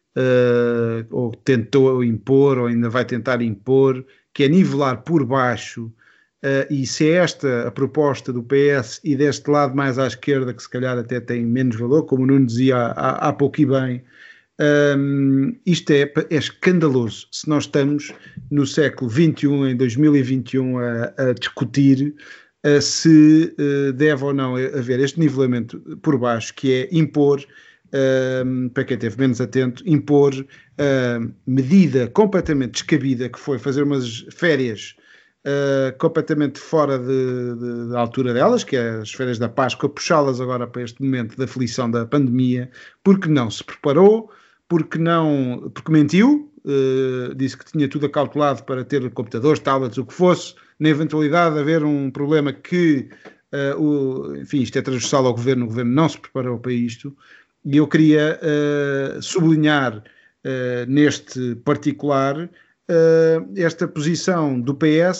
uh, ou tentou impor, ou ainda vai tentar impor, que é nivelar por baixo. Uh, e se é esta a proposta do P S e deste lado mais à esquerda, que se calhar até tem menos valor, como o Nuno dizia há, há pouco e bem, Um, isto é, é escandaloso se nós estamos no século vinte e um, em dois mil e vinte e um, a, a discutir uh, se uh, deve ou não haver este nivelamento por baixo, que é impor, uh, para quem esteve menos atento, impor uh, medida completamente descabida, que foi fazer umas férias uh, completamente fora de, de, de altura delas, que é as férias da Páscoa, puxá-las agora para este momento da aflição da pandemia, porque não se preparou, porque não, porque mentiu, uh, disse que tinha tudo acautelado para ter computadores, tablets, o que fosse, na eventualidade de haver um problema que, uh, o, enfim, isto é transversal ao governo, o governo não se preparou para isto, e eu queria uh, sublinhar uh, neste particular uh, esta posição do P S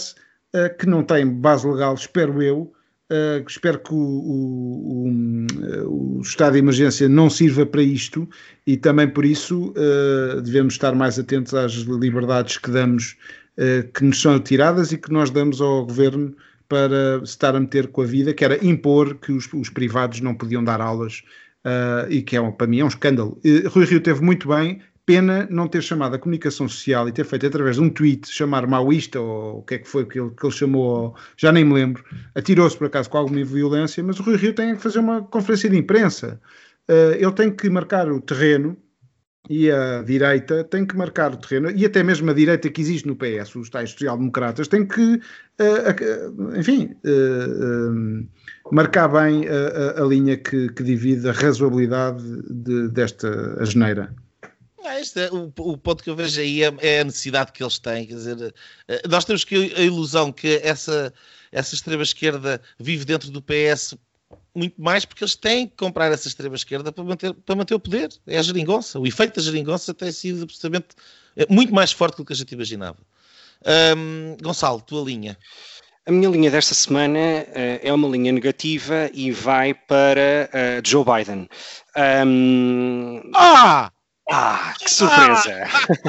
uh, que não tem base legal, espero eu. Uh, espero que o, o, o, o estado de emergência não sirva para isto e também por isso uh, devemos estar mais atentos às liberdades que damos, uh, que nos são tiradas e que nós damos ao governo para se estar a meter com a vida, que era impor que os, os privados não podiam dar aulas uh, e que é, para mim é um escândalo. Uh, Rui Rio teve muito bem. Pena não ter chamado a comunicação social e ter feito através de um tweet, chamar maoísta ou o que é que foi que ele, que ele chamou, já nem me lembro, atirou-se por acaso com alguma violência, mas o Rui Rio tem que fazer uma conferência de imprensa. Uh, ele tem que marcar o terreno e a direita tem que marcar o terreno e até mesmo a direita que existe no P S, os tais social-democratas, tem que, uh, uh, enfim, uh, uh, marcar bem a, a, a linha que, que divide a razoabilidade de, desta asneira. Ah, este é, o, o ponto que eu vejo aí é, é a necessidade que eles têm. Quer dizer, nós temos que a ilusão que essa, essa extrema-esquerda vive dentro do P S muito mais porque eles têm que comprar essa extrema-esquerda para manter, para manter o poder. É a geringonça. O efeito da geringonça tem sido absolutamente muito mais forte do que a gente imaginava. Um, Gonçalo, tua linha. A minha linha desta semana uh, é uma linha negativa e vai para uh, Joe Biden. Um... Ah! Ah, que surpresa!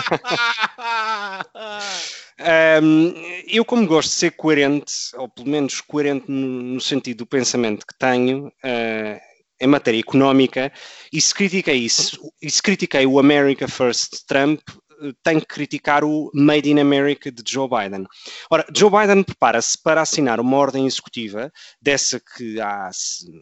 um, eu, como gosto de ser coerente, ou pelo menos coerente no, no sentido do pensamento que tenho uh, em matéria económica, e se critiquei isso, e se critiquei o America First de Trump, tenho que criticar o Made in America de Joe Biden. Ora, Joe Biden prepara-se para assinar uma ordem executiva, dessa que há,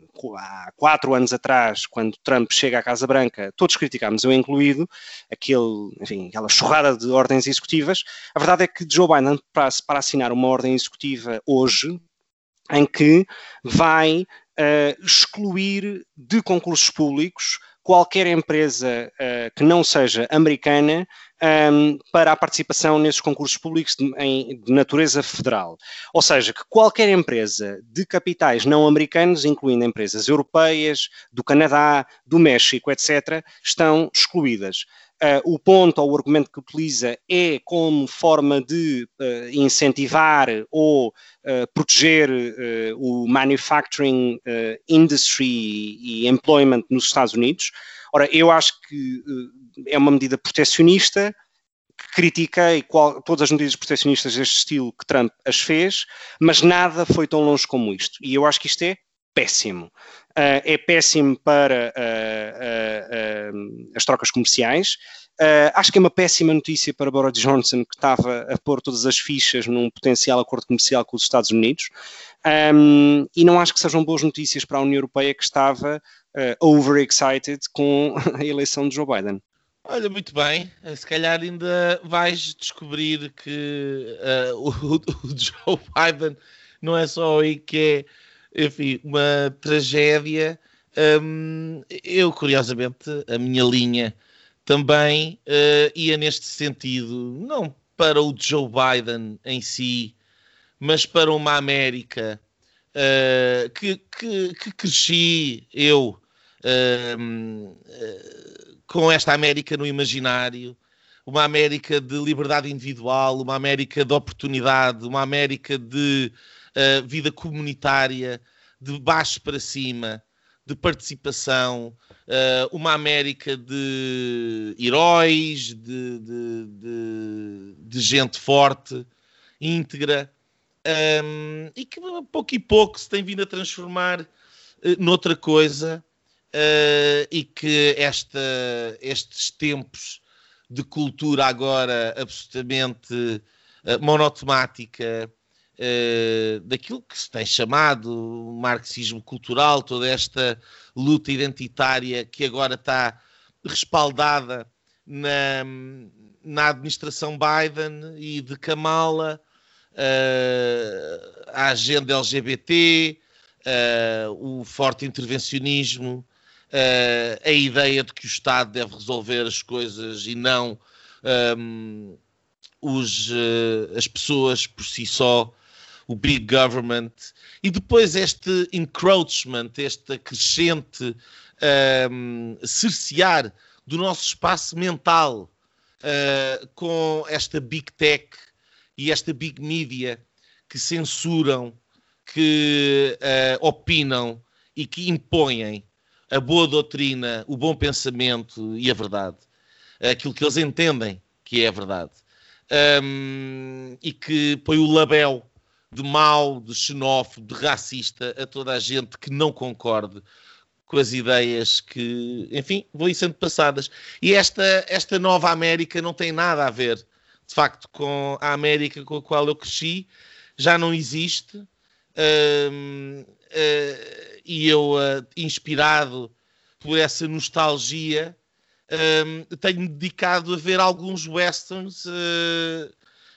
há quatro anos atrás, quando Trump chega à Casa Branca, todos criticámos, eu incluído, aquele, enfim, aquela churrada de ordens executivas. A verdade é que Joe Biden prepara-se para assinar uma ordem executiva hoje, em que vai uh, excluir de concursos públicos qualquer empresa uh, que não seja americana um, para a participação nesses concursos públicos de, em, de natureza federal. Ou seja, que qualquer empresa de capitais não americanos, incluindo empresas europeias, do Canadá, do México, etcétera, estão excluídas. Uh, o ponto ou o argumento que utiliza é como forma de uh, incentivar ou uh, proteger uh, o manufacturing uh, industry e employment nos Estados Unidos. Ora, eu acho que uh, é uma medida protecionista, que critiquei qual, todas as medidas protecionistas deste estilo que Trump as fez, mas nada foi tão longe como isto. E eu acho que isto é péssimo. Uh, é péssimo para uh, uh, uh, as trocas comerciais. Uh, acho que é uma péssima notícia para Boris Johnson, que estava a pôr todas as fichas num potencial acordo comercial com os Estados Unidos. Um, e não acho que sejam boas notícias para a União Europeia, que estava uh, overexcited com a eleição de Joe Biden. Olha, muito bem. Se calhar ainda vais descobrir que uh, o, o Joe Biden não é só aí que é, enfim, uma tragédia. Um, eu, curiosamente, a minha linha também uh, ia neste sentido, não para o Joe Biden em si, mas para uma América uh, que, que, que cresci, eu, uh, uh, com esta América no imaginário, uma América de liberdade individual, uma América de oportunidade, uma América de uh, vida comunitária, de baixo para cima, de participação, uh, uma América de heróis, de, de, de, de gente forte, íntegra, um, e que pouco e pouco se tem vindo a transformar uh, noutra coisa, uh, e que esta, estes tempos de cultura agora absolutamente uh, monotemática, Uh, daquilo que se tem chamado marxismo cultural, toda esta luta identitária que agora está respaldada na, na administração Biden e de Kamala, uh, a agenda L G B T, uh, o forte intervencionismo, uh, a ideia de que o Estado deve resolver as coisas e não um, os, uh, as pessoas por si só, o big government, e depois este encroachment, este crescente um, cercear do nosso espaço mental uh, com esta big tech e esta big media que censuram, que uh, opinam e que impõem a boa doutrina, o bom pensamento e a verdade. Aquilo que eles entendem que é a verdade. Um, e que põe o label de mau, de xenófobo, de racista a toda a gente que não concorde com as ideias que, enfim, vão sendo passadas. E esta, esta nova América não tem nada a ver, de facto, com a América com a qual eu cresci. Já não existe. Um, uh, e eu, uh, inspirado por essa nostalgia, um, tenho-me dedicado a ver alguns westerns uh,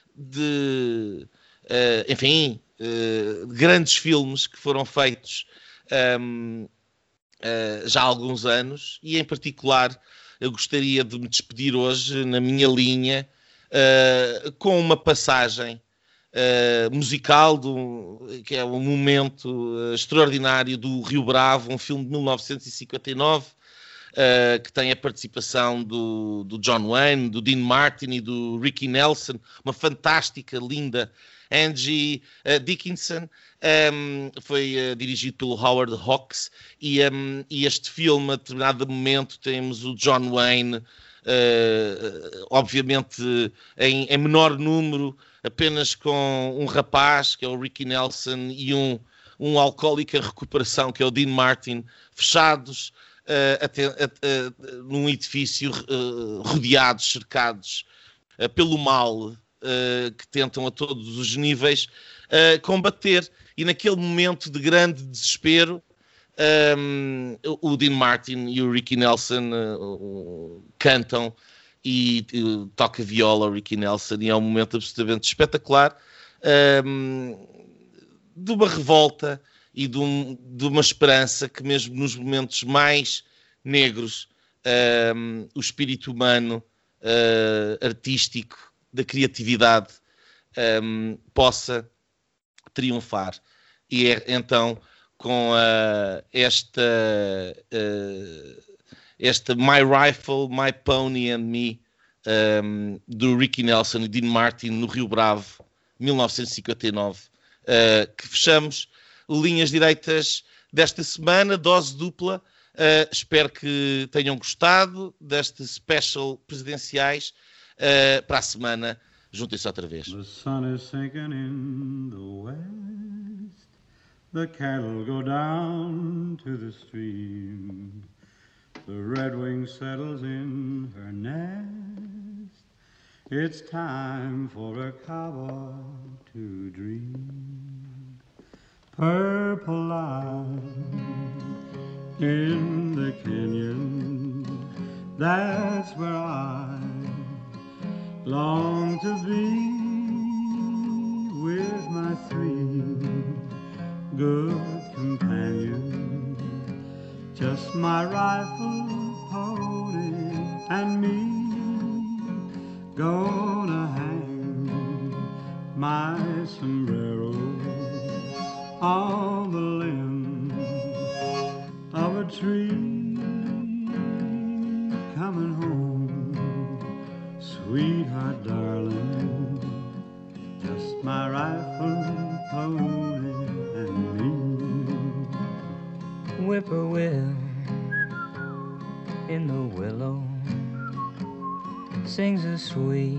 de, uh, enfim, uh, grandes filmes que foram feitos um, uh, já há alguns anos, e em particular eu gostaria de me despedir hoje na minha linha uh, com uma passagem Uh, musical, do, que é um momento uh, extraordinário do Rio Bravo, um filme de mil novecentos e cinquenta e nove, uh, que tem a participação do, do John Wayne, do Dean Martin e do Ricky Nelson, uma fantástica, linda Angie uh, Dickinson. Um, foi uh, dirigido pelo Howard Hawks, e, um, e este filme, a determinado momento, temos o John Wayne, uh, obviamente em, em menor número, apenas com um rapaz, que é o Ricky Nelson, e um, um alcoólico em recuperação, que é o Dean Martin, fechados uh, até, uh, uh, num edifício, uh, rodeados, cercados uh, pelo mal, uh, que tentam a todos os níveis uh, combater. E naquele momento de grande desespero, um, o Dean Martin e o Ricky Nelson uh, uh, cantam, e uh, toca viola o Ricky Nelson, e é um momento absolutamente espetacular, um, de uma revolta e de, um, de uma esperança que mesmo nos momentos mais negros um, o espírito humano, uh, artístico, da criatividade um, possa triunfar. E é então com uh, esta... Uh, Este My Rifle, My Pony and Me, um, do Ricky Nelson e Dean Martin, no Rio Bravo, mil novecentos e cinquenta e nove, uh, que fechamos linhas direitas desta semana, dose dupla. Uh, espero que tenham gostado deste special presidenciais. Uh, para a semana, juntem-se outra vez. The sun is sinking in the west, the cattle go down to the stream. The redwing settles in her nest. It's time for a cowboy to dream. Purple light in the canyon, that's where I long to be, with my three good companions. Just my rifle, pony, and me, gonna hang my sombrero on the limb of a tree. Coming home, sweetheart, darling, just my rifle, pony, and me. Whippoorwill in the willow sings a sweet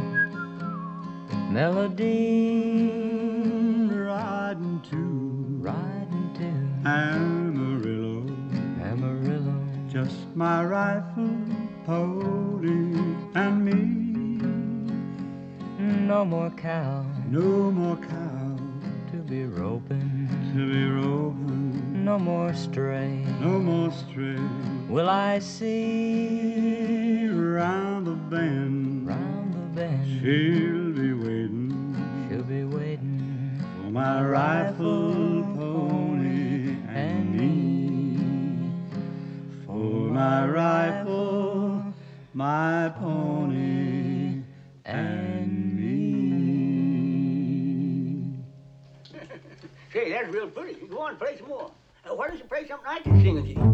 melody, riding to, riding to Amarillo, Amarillo. just my rifle, pony, and me. No more cow, No more cow to be roping, to be roving. no more stray, No more stray. will I see Round the bend, round the bend. she'll be waiting She'll be waiting for my rifle, pony, and me. For my rifle, my pony, and me. Say, that's real pretty. Go on, play some more. Uh, why don't you play something I can sing with you?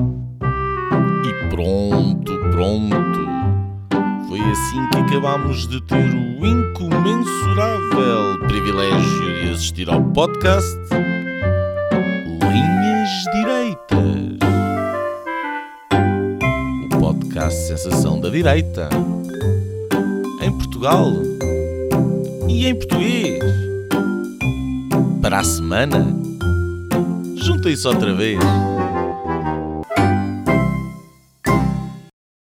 E pronto, pronto. Foi assim que acabámos de ter o incomensurável privilégio de assistir ao podcast Linhas Direitas. O podcast sensação da direita. Em Portugal e em português. Para a semana, juntem-se outra vez.